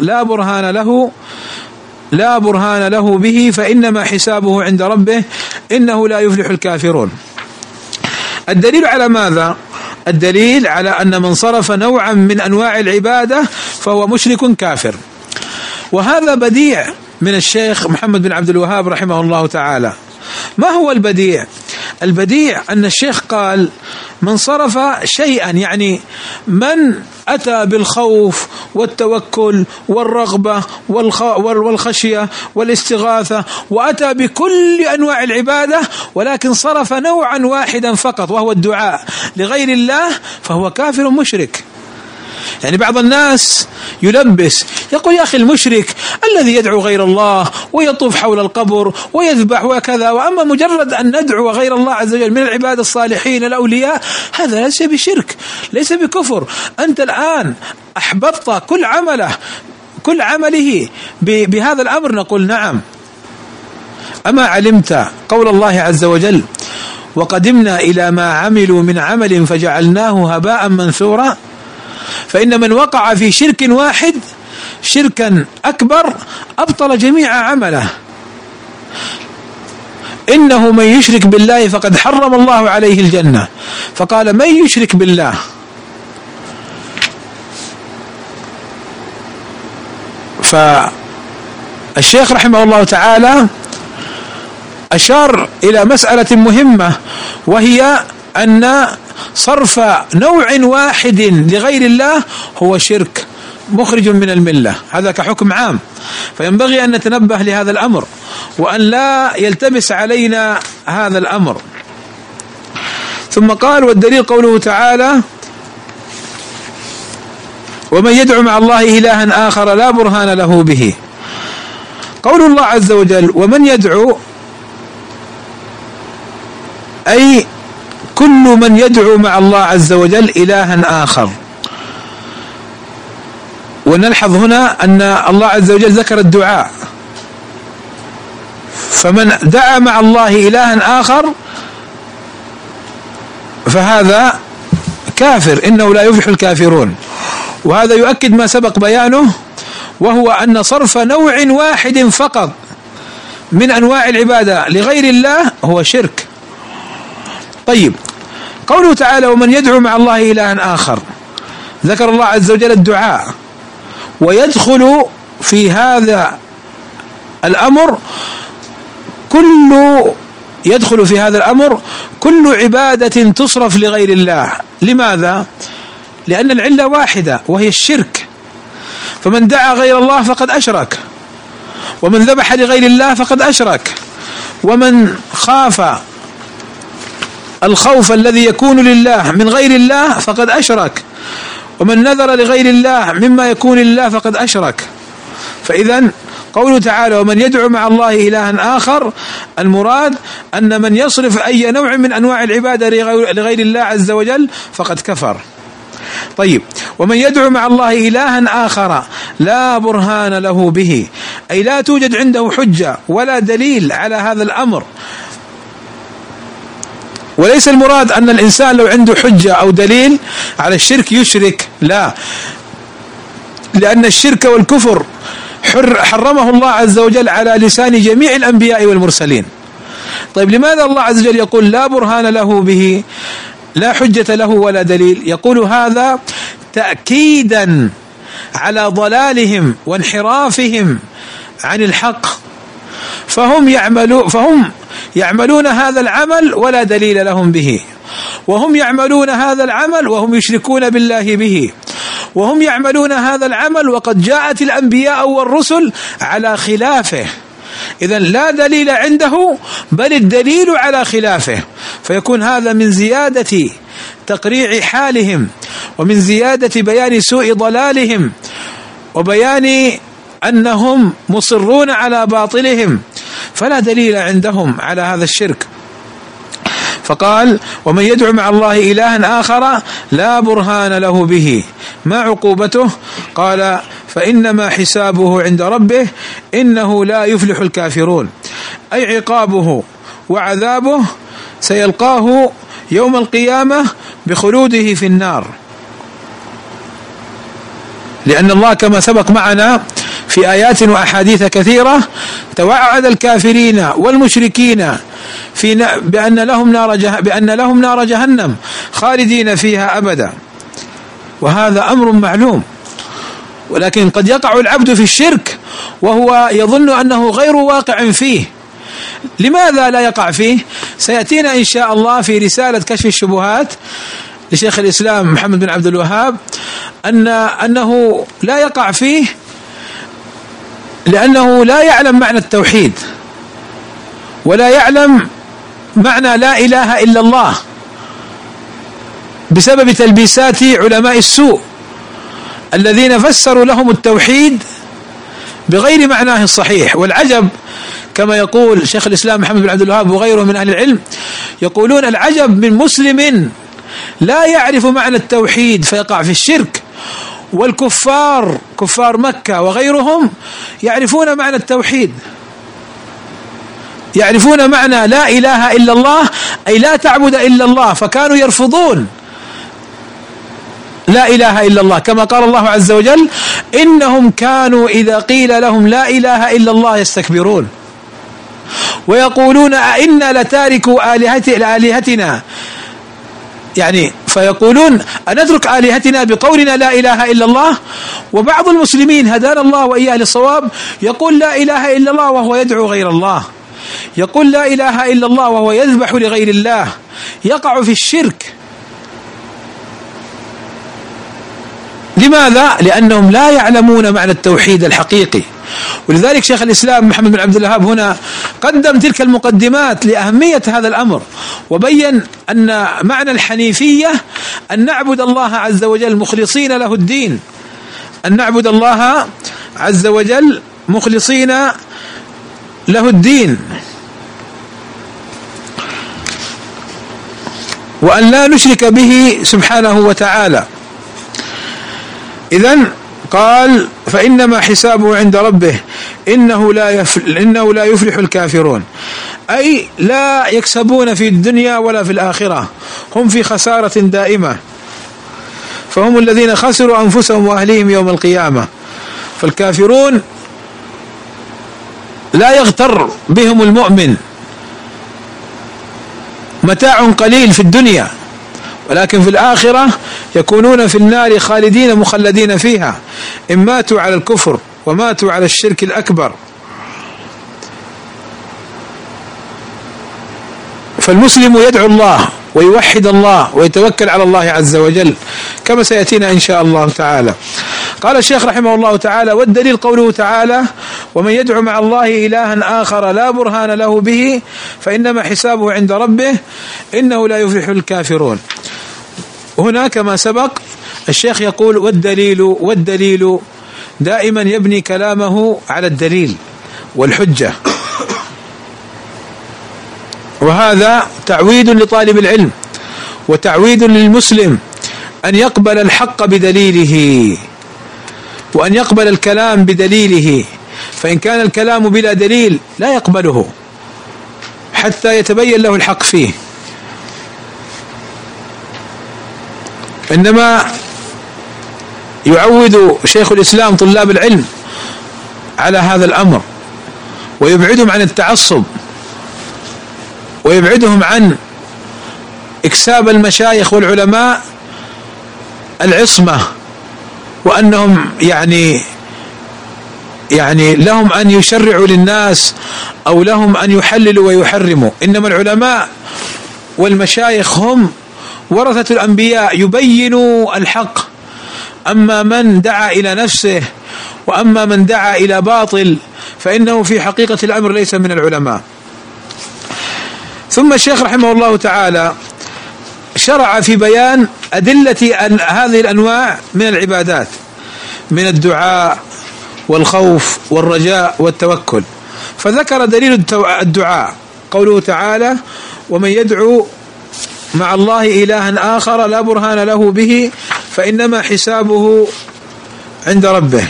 لا برهان له به فإنما حسابه عند ربه إنه لا يفلح الكافرون. الدليل على ماذا؟ الدليل على أن من صرف نوعا من أنواع العبادة فهو مشرك كافر. وهذا بديع من الشيخ محمد بن عبد الوهاب رحمه الله تعالى. ما هو البديع؟ البديع أن الشيخ قال: من صرف شيئا، يعني من أتى بالخوف والتوكل والرغبة والخشية والاستغاثة، وأتى بكل أنواع العبادة، ولكن صرف نوعا واحدا فقط وهو الدعاء لغير الله، فهو كافر مشرك. يعني بعض الناس يلبس، يقول: يا أخي المشرك الذي يدعو غير الله ويطوف حول القبر ويذبح وكذا، وأما مجرد أن ندعو غير الله عز وجل من العباد الصالحين الأولياء هذا ليس بشرك، ليس بكفر. أنت الآن أحبطت كل عمله بهذا الأمر. نقول: نعم. أما علمت قول الله عز وجل: وقدمنا إلى ما عملوا من عمل فجعلناه هباء منثورا؟ فإن من وقع في شرك واحد شركا أكبر أبطل جميع عمله. إنه من يشرك بالله فقد حرم الله عليه الجنة. فقال: من يشرك بالله. فالشيخ رحمه الله تعالى أشار إلى مسألة مهمة، وهي أن صرف نوع واحد لغير الله هو شرك مخرج من الملة، هذا كحكم عام. فينبغي أن نتنبه لهذا الأمر وأن لا يلتبس علينا هذا الأمر. ثم قال: والدليل قوله تعالى: ومن يدعو مع الله إلها آخر لا برهان له به. قول الله عز وجل: ومن يدعو، أي كل من يدعو مع الله عز وجل إلها آخر. ونلحظ هنا أن الله عز وجل ذكر الدعاء، فمن دعا مع الله إلها آخر فهذا كافر، إنه لا يفلح الكافرون. وهذا يؤكد ما سبق بيانه، وهو أن صرف نوع واحد فقط من أنواع العبادة لغير الله هو شرك. طيب، قوله تعالى: ومن يدعو مع الله إلها آخر، ذكر الله عز وجل الدعاء، ويدخل في هذا الأمر كل عبادة تصرف لغير الله. لماذا؟ لأن العلة واحدة وهي الشرك. فمن دعا غير الله فقد أشرك، ومن ذبح لغير الله فقد أشرك، ومن خاف الخوف الذي يكون لله من غير الله فقد أشرك، ومن نذر لغير الله مما يكون لله فقد أشرك. فإذن قوله تعالى: ومن يدعو مع الله إلها آخر، المراد أن من يصرف أي نوع من أنواع العبادة لغير الله عز وجل فقد كفر. طيب، ومن يدعو مع الله إلها آخر لا برهان له به، أي لا توجد عنده حجة ولا دليل على هذا الأمر. وليس المراد أن الإنسان لو عنده حجة أو دليل على الشرك يشرك، لا، لأن الشرك والكفر حرمه الله عز وجل على لسان جميع الأنبياء والمرسلين. طيب، لماذا الله عز وجل يقول لا برهان له به، لا حجة له ولا دليل؟ يقول هذا تأكيدا على ضلالهم وانحرافهم عن الحق، فهم يعملون هذا العمل ولا دليل لهم به، وهم يعملون هذا العمل وهم يشركون بالله به، وهم يعملون هذا العمل وقد جاءت الأنبياء والرسل على خلافه. إذن لا دليل عنده بل الدليل على خلافه، فيكون هذا من زيادة تقريع حالهم ومن زيادة بيان سوء ضلالهم وبيان أنهم مصرون على باطلهم، فلا دليل عندهم على هذا الشرك. فقال ومن يدعو مع الله إلها آخر لا برهان له به، ما عقوبته؟ قال فإنما حسابه عند ربه إنه لا يفلح الكافرون، أي عقابه وعذابه سيلقاه يوم القيامة بخلوده في النار، لأن الله كما سبق معنا في آيات وأحاديث كثيرة توعد الكافرين والمشركين بأن لهم نار جهنم خالدين فيها أبدا، وهذا أمر معلوم. ولكن قد يقع العبد في الشرك وهو يظن أنه غير واقع فيه. لماذا لا يقع فيه؟ سيأتينا إن شاء الله في رسالة كشف الشبهات لشيخ الإسلام محمد بن عبد الوهاب أنه لا يقع فيه لأنه لا يعلم معنى التوحيد ولا يعلم معنى لا إله إلا الله بسبب تلبيسات علماء السوء الذين فسروا لهم التوحيد بغير معناه الصحيح. والعجب كما يقول شيخ الإسلام محمد بن عبد الوهاب وغيره من أهل العلم، يقولون العجب من مسلم لا يعرف معنى التوحيد فيقع في الشرك، والكفار كفار مكة وغيرهم يعرفون معنى التوحيد، يعرفون معنى لا إله إلا الله أي لا تعبد إلا الله، فكانوا يرفضون لا إله إلا الله، كما قال الله عز وجل إنهم كانوا إذا قيل لهم لا إله إلا الله يستكبرون ويقولون أئنا لتاركوا آلهتنا، يعني فيقولون أنترك آلهتنا بقولنا لا إله إلا الله. وبعض المسلمين هدانا الله وإياه للصواب يقول لا إله إلا الله وهو يدعو غير الله، يقول لا إله إلا الله وهو يذبح لغير الله، يقع في الشرك. لماذا؟ لأنهم لا يعلمون معنى التوحيد الحقيقي. ولذلك شيخ الإسلام محمد بن عبد الوهاب هنا قدم تلك المقدمات لأهمية هذا الأمر، وبين أن معنى الحنيفية أن نعبد الله عز وجل مخلصين له الدين، أن نعبد الله عز وجل مخلصين له الدين، وأن لا نشرك به سبحانه وتعالى. إذن قال فإنما حسابه عند ربه إنه لا يفلح الكافرون، أي لا يكسبون في الدنيا ولا في الآخرة، هم في خسارة دائمة، فهم الذين خسروا أنفسهم وأهليهم يوم القيامة. فالكافرون لا يغتر بهم المؤمن، متاع قليل في الدنيا، ولكن في الآخرة يكونون في النار خالدين مخلدين فيها، إن ماتوا على الكفر وماتوا على الشرك الأكبر. فالمسلم يدعو الله ويوحد الله ويتوكل على الله عز وجل كما سيأتينا إن شاء الله تعالى. قال الشيخ رحمه الله تعالى والدليل قوله تعالى ومن يدعو مع الله إلها آخر لا برهان له به فإنما حسابه عند ربه إنه لا يفلح الكافرون. هنا كما سبق الشيخ يقول والدليل دائما يبني كلامه على الدليل والحجة، وهذا تعويد لطالب العلم وتعويد للمسلم أن يقبل الحق بدليله، وأن يقبل الكلام بدليله، فإن كان الكلام بلا دليل لا يقبله حتى يتبين له الحق فيه. إنما يعود شيخ الإسلام طلاب العلم على هذا الأمر، ويبعدهم عن التعصب، ويبعدهم عن إكساب المشايخ والعلماء العصمة، وأنهم يعني لهم أن يشرعوا للناس أو لهم أن يحللوا ويحرموا. إنما العلماء والمشايخ هم ورثة الأنبياء، يبينوا الحق. أما من دعا إلى نفسه وأما من دعا إلى باطل فإنه في حقيقة الأمر ليس من العلماء. ثم الشيخ رحمه الله تعالى شرع في بيان أدلة هذه الأنواع من العبادات، من الدعاء والخوف والرجاء والتوكل. فذكر دليل الدعاء قوله تعالى: ومن يدعو مع الله إلها آخر لا برهان له به فإنما حسابه عند ربه.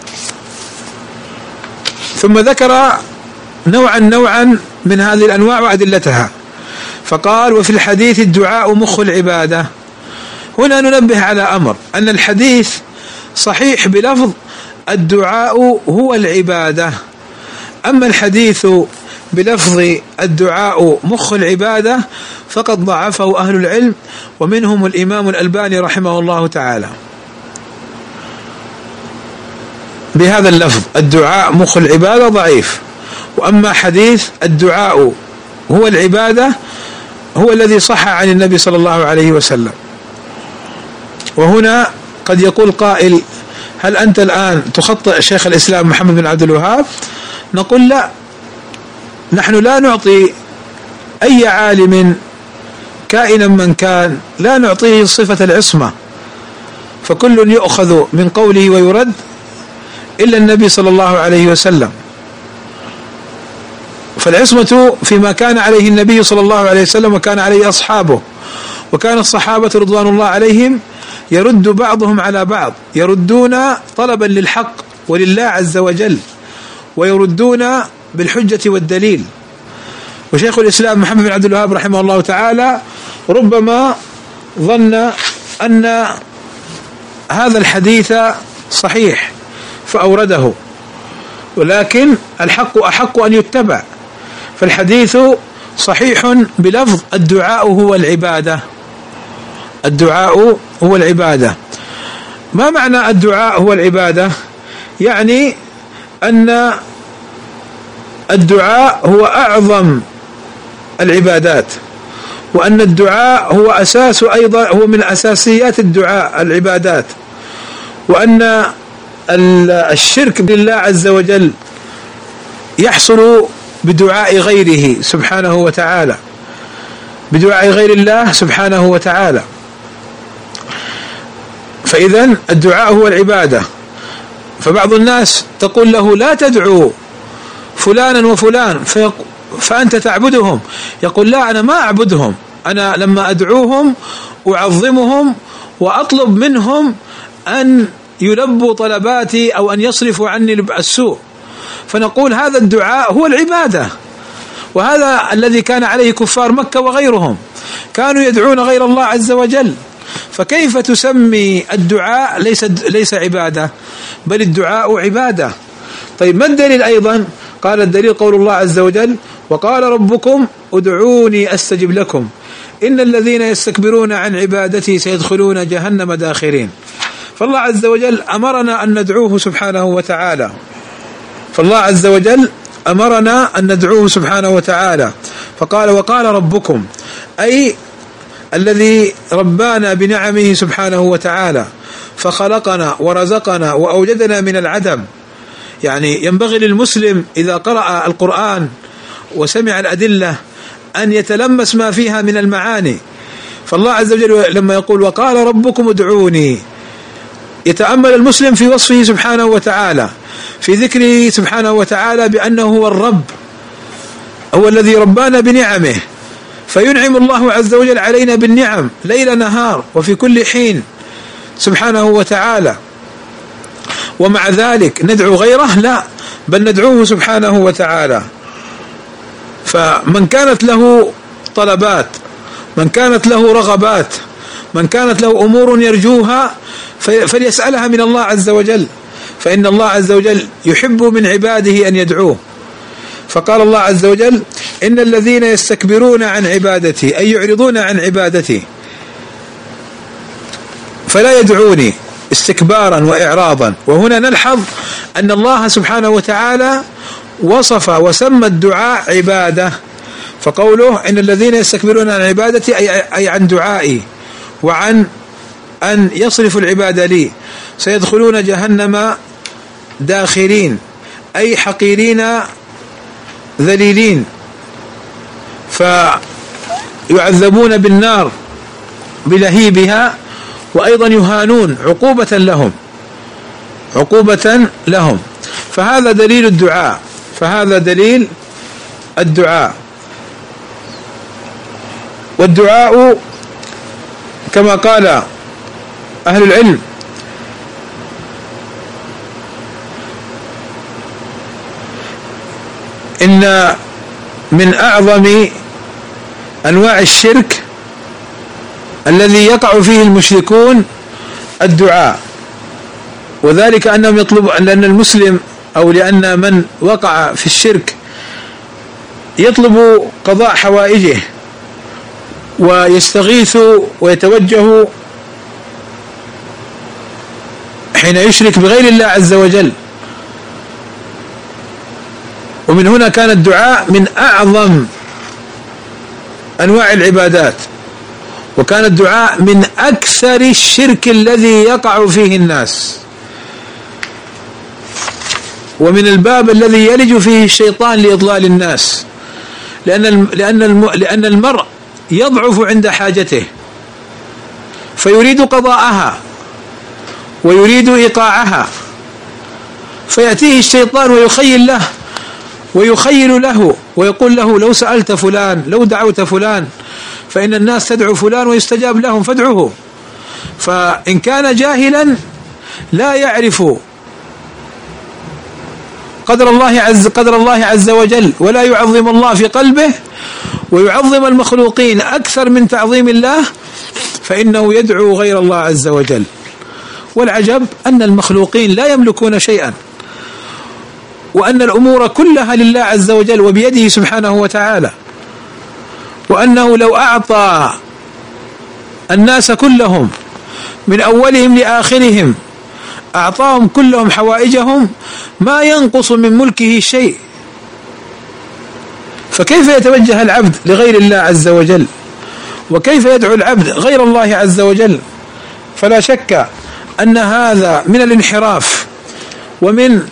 ثم ذكر نوعا من هذه الأنواع وأدلتها، فقال: وفي الحديث الدعاء مخ العبادة. هنا ننبه على أمر، أن الحديث صحيح بلفظ الدعاء هو العبادة، أما الحديث بلفظ الدعاء مخ العبادة فقد ضعفه أهل العلم، ومنهم الإمام الألباني رحمه الله تعالى بهذا اللفظ: الدعاء مخ العبادة ضعيف. وأما حديث الدعاء هو العبادة هو الذي صح عن النبي صلى الله عليه وسلم. وهنا قد يقول قائل: هل أنت الآن تخطئ شيخ الإسلام محمد بن عبد الوهاب؟ نقول: لا، نحن لا نعطي أي عالم كائنا من كان، لا نعطيه صفة العصمة، فكل يؤخذ من قوله ويرد إلا النبي صلى الله عليه وسلم. فالعصمة فيما كان عليه النبي صلى الله عليه وسلم وكان عليه أصحابه، وكان الصحابة رضوان الله عليهم يرد بعضهم على بعض، يردون طلبا للحق ولله عز وجل، ويردون بالحجة والدليل. وشيخ الإسلام محمد بن عبد الوهاب رحمه الله تعالى ربما ظن أن هذا الحديث صحيح فأورده، ولكن الحق أحق أن يتبع، فالحديث صحيح بلفظ الدعاء هو العبادة. الدعاء هو العبادة. ما معنى الدعاء هو العبادة؟ يعني أن الدعاء هو أعظم العبادات، وأن الدعاء هو أساس، أيضا هو من أساسيات الدعاء العبادات، وأن الشرك بالله عز وجل يحصل بدعاء غيره سبحانه وتعالى، بدعاء غير الله سبحانه وتعالى. فإذن الدعاء هو العبادة. فبعض الناس تقول له: لا تدعو فلانا وفلان فأنت تعبدهم. يقول: لا، أنا ما أعبدهم، أنا لما أدعوهم أعظمهم وأطلب منهم أن يلبوا طلباتي أو أن يصرفوا عني السوء. فنقول هذا الدعاء هو العبادة، وهذا الذي كان عليه كفار مكة وغيرهم، كانوا يدعون غير الله عز وجل. فكيف تسمي الدعاء ليس عبادة؟ بل الدعاء عبادة. طيب، ما الدليل أيضا؟ قال: الدليل قول الله عز وجل: وقال ربكم ادعوني أستجب لكم إن الذين يستكبرون عن عبادتي سيدخلون جهنم داخرين. فالله عز وجل أمرنا أن ندعوه سبحانه وتعالى، فالله عز وجل أمرنا أن ندعوه سبحانه وتعالى، فقال: وقال ربكم، أي الذي ربانا بنعمه سبحانه وتعالى، فخلقنا ورزقنا وأوجدنا من العدم. يعني ينبغي للمسلم إذا قرأ القرآن وسمع الأدلة أن يتلمس ما فيها من المعاني. فالله عز وجل لما يقول: وقال ربكم ادعوني، يتأمل المسلم في وصفه سبحانه وتعالى، في ذكره سبحانه وتعالى بأنه هو الرب، هو الذي ربانا بنعمه، فينعم الله عز وجل علينا بالنعم ليل نهار وفي كل حين، سبحانه وتعالى، ومع ذلك ندعو غيره؟ لا، بل ندعوه سبحانه وتعالى. فمن كانت له طلبات، من كانت له رغبات، من كانت له أمور يرجوها فليسألها من الله عز وجل، فإن الله عز وجل يحب من عباده أن يدعوه. فقال الله عز وجل: إن الذين يستكبرون عن عبادتي، أي يعرضون عن عبادتي، فلا يدعوني استكبارا وإعراضا. وهنا نلحظ أن الله سبحانه وتعالى وصف وسمى الدعاء عبادة، فقوله: إن الذين يستكبرون عن عبادتي أي عن دعائي وعن أن يصرفوا العبادة لي سيدخلون جهنم داخرين، أي حقيرين ذليلين، فيعذبون بالنار بلهيبها، وأيضا يهانون عقوبة لهم. فهذا دليل الدعاء، فهذا دليل الدعاء. والدعاء كما قال أهل العلم إن من أعظم أنواع الشرك الذي يقع فيه المشركون الدعاء، وذلك أنهم يطلبون، لأن المسلم أو لأن من وقع في الشرك يطلب قضاء حوائجه ويستغيث ويتوجه حين يشرك بغير الله عز وجل. ومن هنا كان الدعاء من أعظم أنواع العبادات، وكان الدعاء من أكثر الشرك الذي يقع فيه الناس، ومن الباب الذي يلج فيه الشيطان لإضلال الناس، لأن المرء يضعف عند حاجته فيريد قضاءها ويريد إيقاعها، فيأتيه الشيطان ويخيل له ويقول له: لو سألت فلان، لو دعوت فلان، فإن الناس تدعو فلان ويستجاب لهم فادعوه. فإن كان جاهلا لا يعرف قدر الله عز وجل ولا يعظم الله في قلبه، ويعظم المخلوقين أكثر من تعظيم الله، فإنه يدعو غير الله عز وجل. والعجب أن المخلوقين لا يملكون شيئا، وأن الأمور كلها لله عز وجل وبيده سبحانه وتعالى، وأنه لو أعطى الناس كلهم من أولهم لآخرهم، أعطاهم كلهم حوائجهم، ما ينقص من ملكه شيء. فكيف يتوجه العبد لغير الله عز وجل؟ وكيف يدعو العبد غير الله عز وجل؟ فلا شك أن هذا من الانحراف ومن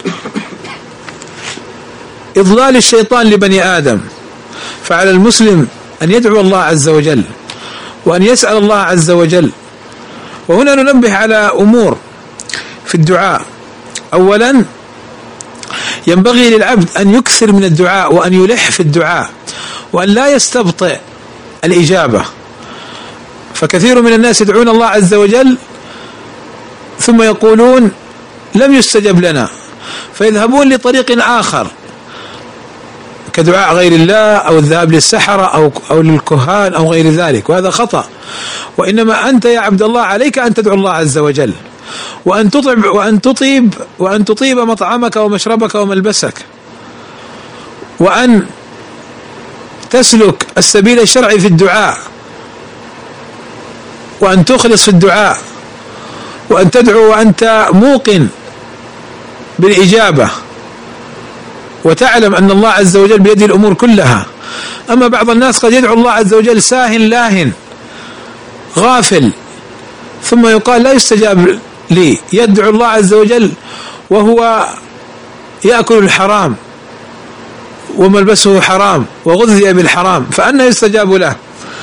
إضلال الشيطان لبني آدم. فعلى المسلم أن يدعو الله عز وجل وأن يسأل الله عز وجل. وهنا ننبه على أمور في الدعاء. أولا، ينبغي للعبد أن يكثر من الدعاء وأن يلح في الدعاء، وأن لا يستبطئ الإجابة. فكثير من الناس يدعون الله عز وجل ثم يقولون: لم يستجب لنا، فيذهبون لطريق آخر كدعاء غير الله أو الذهاب للسحرة أو للكهان أو غير ذلك، وهذا خطأ. وإنما أنت يا عبد الله عليك أن تدعو الله عز وجل، وأن تطيب مطعمك ومشربك وملبسك، وأن تسلك السبيل الشرعي في الدعاء، وأن تخلص في الدعاء، وأن تدعو وأنت موقن بالإجابة، وتعلم أن الله عز وجل بيده الأمور كلها. أما بعض الناس قد يدعو الله عز وجل ساهن لاهن غافل، ثم يقال: لا يستجاب لي. يدعو الله عز وجل وهو يأكل الحرام وملبسه حرام وغذي بالحرام، فأنى يستجاب له؟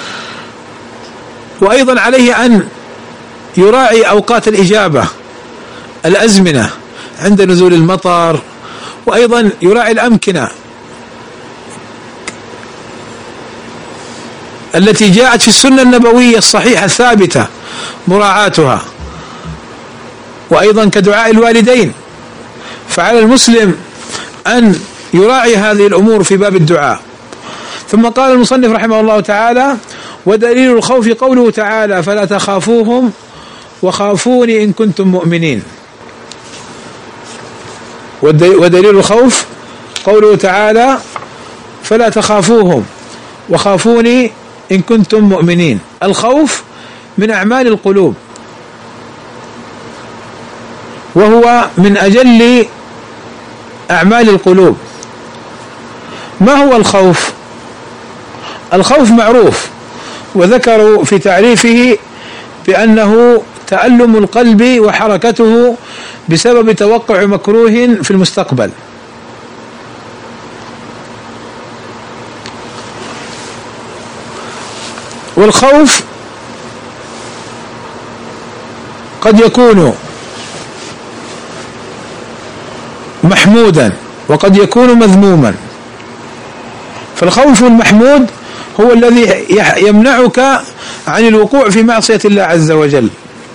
وأيضا عليه أن يراعي أوقات الإجابة، الأزمنة عند نزول المطر، وأيضا يراعي الأمكنة التي جاءت في السنة النبوية الصحيحة الثابتة مراعاتها. وأيضا كدعاء الوالدين، فعلى المسلم أن يراعي هذه الأمور في باب الدعاء. ثم قال المصنف رحمه الله تعالى: ودليل الخوف قوله تعالى: فلا تخافوهم وخافوني إن كنتم مؤمنين. ودليل الخوف قوله تعالى: فلا تخافوهم وخافوني إن كنتم مؤمنين. الخوف من أعمال القلوب، وهو من أجل أعمال القلوب. ما هو الخوف؟ الخوف معروف، وذكروا في تعريفه بأنه تألم القلب وحركته بسبب توقع مكروه في المستقبل. والخوف قد يكون محمودا وقد يكون مذموما. فالخوف المحمود هو الذي يمنعك عن الوقوع في معصية الله عز وجل،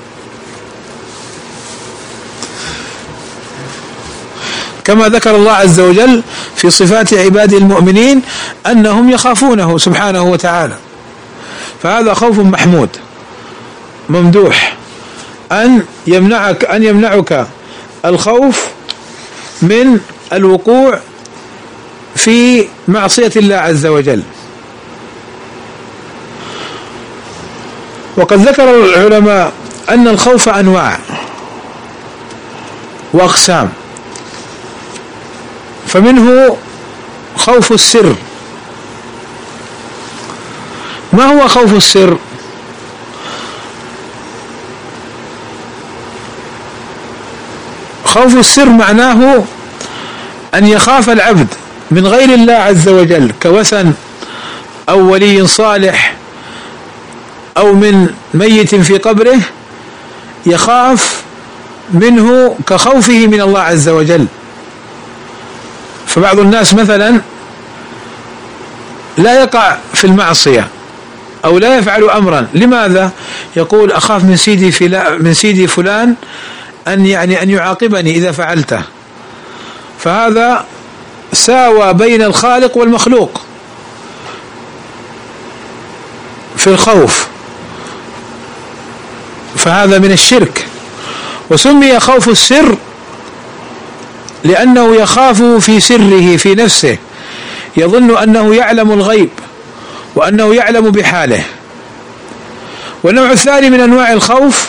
كما ذكر الله عز وجل في صفات عباده المؤمنين أنهم يخافونه سبحانه وتعالى. فهذا خوف محمود ممدوح، أن يمنعك الخوف من الوقوع في معصية الله عز وجل. وقد ذكر العلماء أن الخوف أنواع وأقسام، فمنه خوف السر. ما هو خوف السر؟ خوف السر معناه أن يخاف العبد من غير الله عز وجل كوثن أو ولي صالح أو من ميت في قبره، يخاف منه كخوفه من الله عز وجل. فبعض الناس مثلا لا يقع في المعصية أو لا يفعل أمرا، لماذا؟ يقول: أخاف من سيدي فلان أن يعاقبني إذا فعلته. فهذا ساوى بين الخالق والمخلوق في الخوف، فهذا من الشرك. وسمي خوف السر لأنه يخاف في سره في نفسه، يظن أنه يعلم الغيب وأنه يعلم بحاله. والنوع الثاني من أنواع الخوف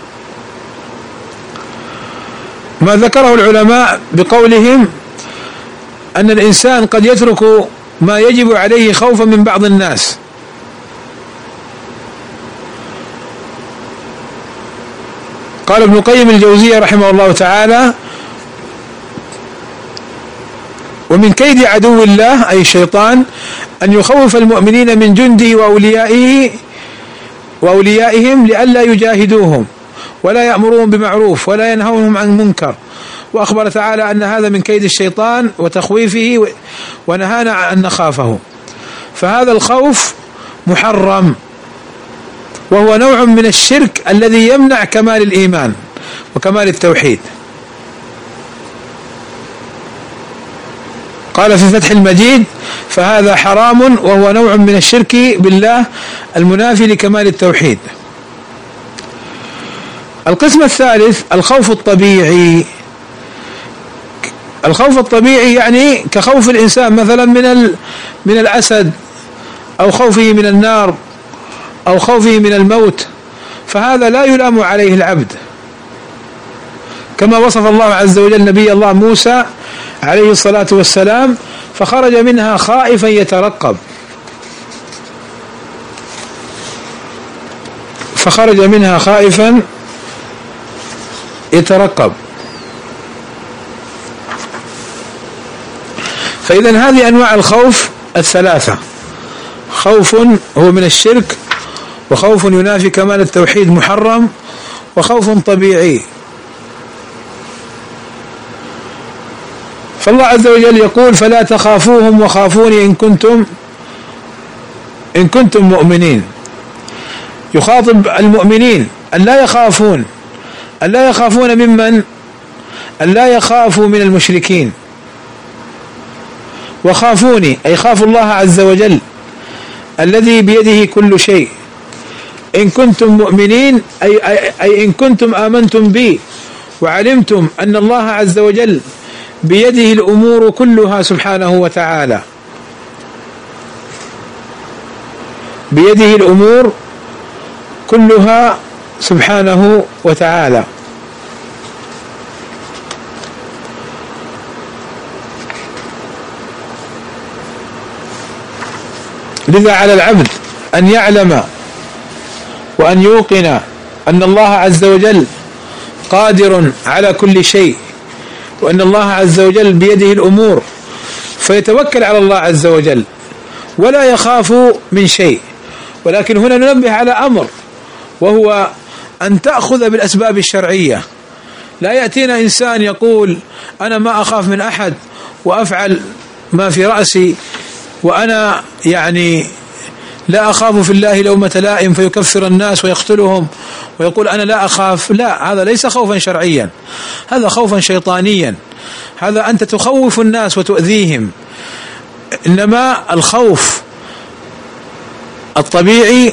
ما ذكره العلماء بقولهم أن الإنسان قد يترك ما يجب عليه خوفا من بعض الناس. قال ابن القيم الجوزية رحمه الله تعالى: ومن كيد عدو الله أي الشيطان أن يخوف المؤمنين من جنده وأوليائهم لئلا يجاهدوهم ولا يأمرون بمعروف ولا ينهونهم عن منكر. وأخبر تعالى أن هذا من كيد الشيطان وتخويفه، ونهانا أن نخافه. فهذا الخوف محرم، وهو نوع من الشرك الذي يمنع كمال الإيمان وكمال التوحيد. قال في فتح المجيد: فهذا حرام وهو نوع من الشرك بالله المنافي لكمال التوحيد. القسم الثالث الخوف الطبيعي. الخوف الطبيعي يعني كخوف الإنسان مثلا من الأسد، أو خوفه من النار، أو خوفه من الموت، فهذا لا يلام عليه العبد، كما وصف الله عز وجل نبي الله موسى عليه الصلاة والسلام: فخرج منها خائفا يترقب. فخرج منها خائفا يترقب. فإذا هذه أنواع الخوف الثلاثة: خوف هو من الشرك، وخوف ينافي كمال التوحيد محرم، وخوف طبيعي. فالله عز وجل يقول: فلا تخافوهم وخافوني إن كنتم مؤمنين. يخاطب المؤمنين أن لا يخافون ألا يخافون ممن؟ ألا يخافوا من المشركين، وخافوني أي خافوا الله عز وجل الذي بيده كل شيء، إن كنتم مؤمنين أي إن كنتم آمنتم بي وعلمتم أن الله عز وجل بيده الأمور كلها سبحانه وتعالى، بيده الأمور كلها سبحانه وتعالى. لذا على العبد أن يعلم وأن يوقن أن الله عز وجل قادر على كل شيء، وأن الله عز وجل بيده الأمور، فيتوكل على الله عز وجل ولا يخاف من شيء. ولكن هنا ننبه على أمر، وهو أن تأخذ بالأسباب الشرعية. لا يأتينا إنسان يقول أنا ما أخاف من أحد وأفعل ما في رأسي، وأنا يعني لا أخاف في الله لومة لائم، فيكفر الناس ويقتلهم ويقول أنا لا أخاف. لا، هذا ليس خوفا شرعيا، هذا خوفا شيطانيا. هذا أنت تخوف الناس وتؤذيهم. إنما الخوف الطبيعي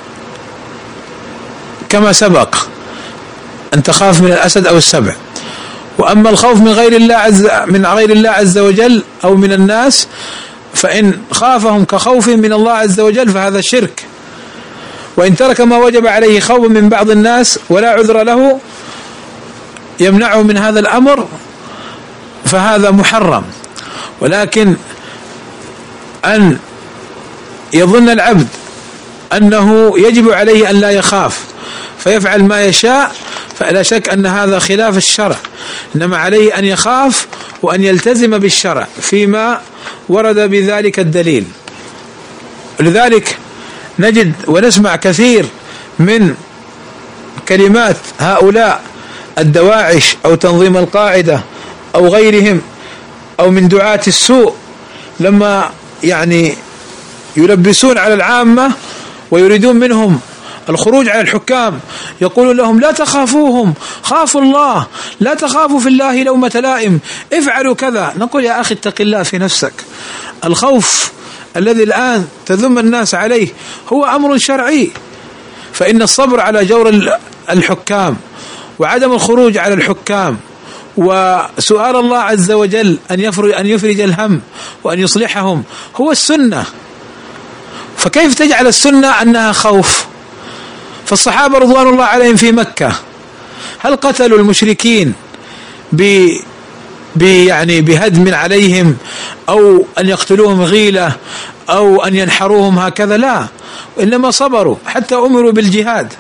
كما سبق، أن تخاف من الأسد أو السبع. وأما الخوف من غير الله عز وجل أو من الناس، فإن خافهم كخوف من الله عز وجل فهذا شرك. وإن ترك ما وجب عليه خوفا من بعض الناس ولا عذر له يمنعه من هذا الأمر فهذا محرم. ولكن أن يظن العبد أنه يجب عليه أن لا يخاف فيفعل ما يشاء، فلا شك أن هذا خلاف الشرع. إنما عليه أن يخاف وأن يلتزم بالشرع فيما ورد بذلك الدليل. لذلك نجد ونسمع كثير من كلمات هؤلاء الدواعش أو تنظيم القاعدة أو غيرهم أو من دعاة السوء، لما يعني يلبسون على العامة ويريدون منهم الخروج على الحكام، يقولون لهم لا تخافوهم، خافوا الله، لا تخافوا في الله لومة لائم، افعلوا كذا. نقول يا أخي اتق الله في نفسك. الخوف الذي الآن تذم الناس عليه هو أمر شرعي، فإن الصبر على جور الحكام وعدم الخروج على الحكام وسؤال الله عز وجل أن يفرج الهم وأن يصلحهم هو السنة. فكيف تجعل السنة أنها خوف؟ فالصحابة رضوان الله عليهم في مكة هل قتلوا المشركين يعني بهدم عليهم أو أن يقتلوهم غيلة أو أن ينحروهم هكذا؟ لا، إنما صبروا حتى أمروا بالجهاد.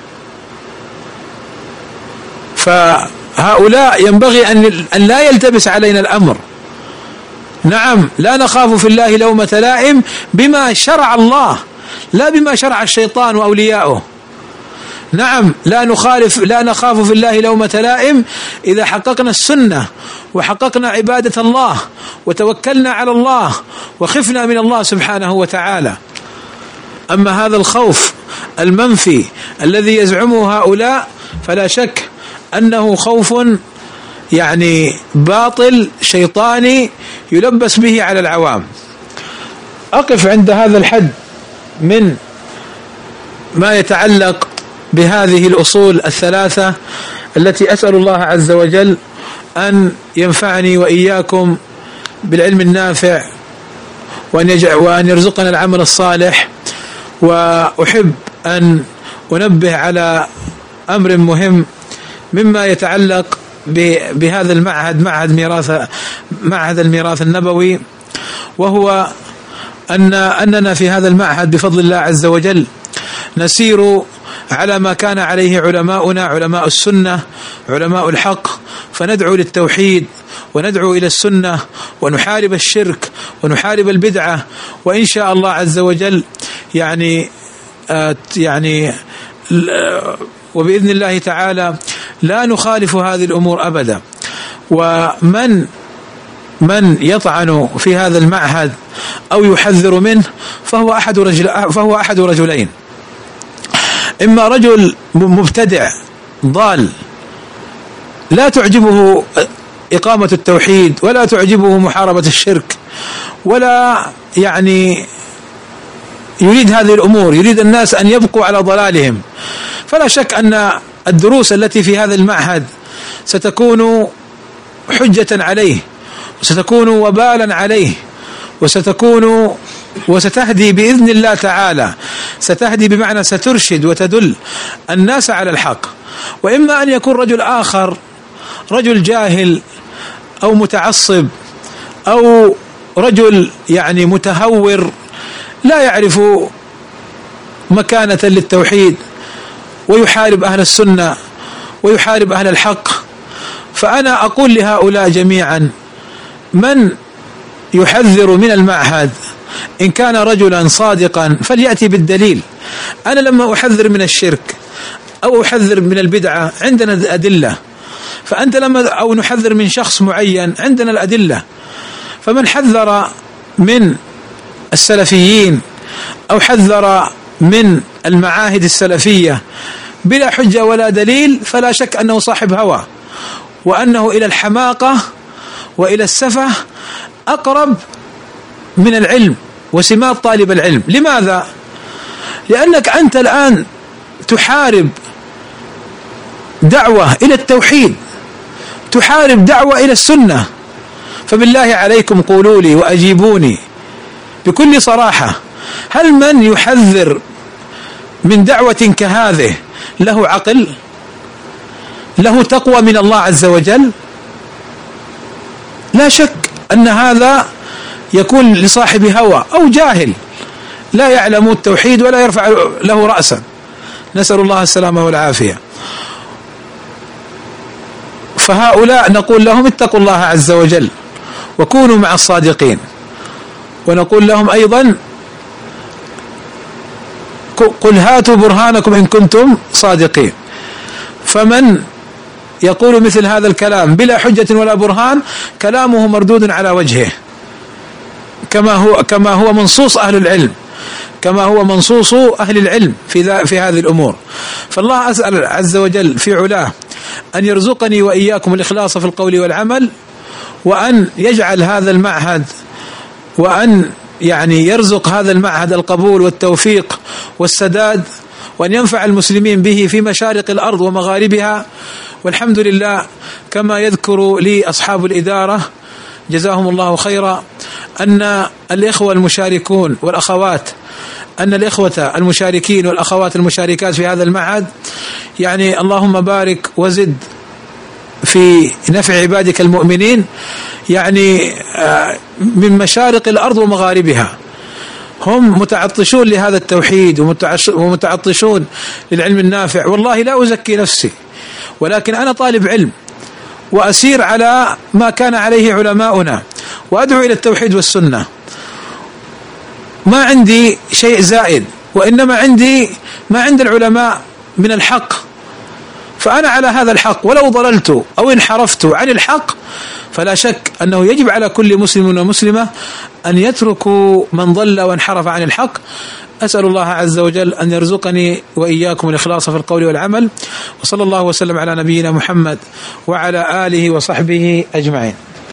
فهؤلاء ينبغي أن لا يلتبس علينا الأمر. نعم، لا نخاف في الله لومة لائم بما شرع الله لا بما شرع الشيطان وأولياؤه. نعم، لا نخاف في الله لومة لائم إذا حققنا السنة وحققنا عبادة الله وتوكلنا على الله وخفنا من الله سبحانه وتعالى. أما هذا الخوف المنفي الذي يزعمه هؤلاء فلا شك أنه خوف يعني باطل شيطاني يلبس به على العوام. أقف عند هذا الحد من ما يتعلق بهذه الأصول الثلاثة التي أسأل الله عز وجل أن ينفعني وإياكم بالعلم النافع وأن يرزقنا العمل الصالح. وأحب أن أنبه على أمر مهم مما يتعلق بهذا المعهد، معهد الميراث النبوي، وهو أننا في هذا المعهد بفضل الله عز وجل نسير على ما كان عليه علماؤنا، علماء السنة، علماء الحق، فندعو للتوحيد وندعو إلى السنة ونحارب الشرك ونحارب البدعة، وإن شاء الله عز وجل يعني وبإذن الله تعالى لا نخالف هذه الأمور أبدا. ومن يطعن في هذا المعهد أو يحذر منه فهو أحد رجلين: إما رجل مبتدع ضال لا تعجبه إقامة التوحيد ولا تعجبه محاربة الشرك، ولا يعني يريد هذه الأمور، يريد الناس أن يبقوا على ضلالهم، فلا شك أن الدروس التي في هذا المعهد ستكون حجة عليه، وستكون وبالا عليه، وستهدي بإذن الله تعالى، ستهدي بمعنى سترشد وتدل الناس على الحق. وإما أن يكون رجل آخر، رجل جاهل أو متعصب أو رجل يعني متهور لا يعرف مكانة للتوحيد ويحارب أهل السنة ويحارب أهل الحق. فأنا أقول لهؤلاء جميعا: من يحذر من المعهد إن كان رجلا صادقا فليأتي بالدليل. أنا لما أحذر من الشرك أو أحذر من البدعة عندنا الأدلة، فأنت أو نحذر من شخص معين عندنا الأدلة. فمن حذر من السلفيين أو حذر من المعاهد السلفية بلا حجة ولا دليل فلا شك أنه صاحب هوى، وأنه إلى الحماقة وإلى السفة أقرب من العلم وسمات طالب العلم. لماذا؟ لأنك أنت الآن تحارب دعوة إلى التوحيد، تحارب دعوة إلى السنة. فبالله عليكم قولوا لي وأجيبوني بكل صراحة: هل من يحذر من دعوة كهذه له عقل؟ له تقوى من الله عز وجل؟ لا شك أن هذا يكون لصاحب هوى أو جاهل لا يعلم التوحيد ولا يرفع له رأسا، نسأل الله السلامة والعافية. فهؤلاء نقول لهم: اتقوا الله عز وجل وكونوا مع الصادقين. ونقول لهم أيضا: قل هاتوا برهانكم إن كنتم صادقين. فمن يقول مثل هذا الكلام بلا حجة ولا برهان كلامه مردود على وجهه، كما هو منصوص أهل العلم، كما هو منصوص أهل العلم في هذه الأمور. فالله أسأل عز وجل في علاه أن يرزقني وإياكم الإخلاص في القول والعمل، وأن يجعل هذا المعهد، وأن يعني يرزق هذا المعهد القبول والتوفيق والسداد، وأن ينفع المسلمين به في مشارق الأرض ومغاربها. والحمد لله كما يذكر لي أصحاب الإدارة جزاهم الله خيرا أن الإخوة المشاركون والأخوات، أن الإخوة المشاركين والأخوات المشاركات في هذا المعهد يعني اللهم بارك وزد في نفع عبادك المؤمنين، يعني من مشارق الأرض ومغاربها هم متعطشون لهذا التوحيد ومتعطشون للعلم النافع. والله لا أزكي نفسي، ولكن أنا طالب علم وأسير على ما كان عليه علماؤنا وأدعو إلى التوحيد والسنة. ما عندي شيء زائد، وإنما عندي ما عند العلماء من الحق، فأنا على هذا الحق، ولو ضللت أو انحرفت عن الحق فلا شك أنه يجب على كل مسلم ومسلمة أن يتركوا من ضل وانحرف عن الحق. أسأل الله عز وجل أن يرزقني وإياكم الإخلاص في القول والعمل، وصلى الله وسلم على نبينا محمد وعلى آله وصحبه أجمعين.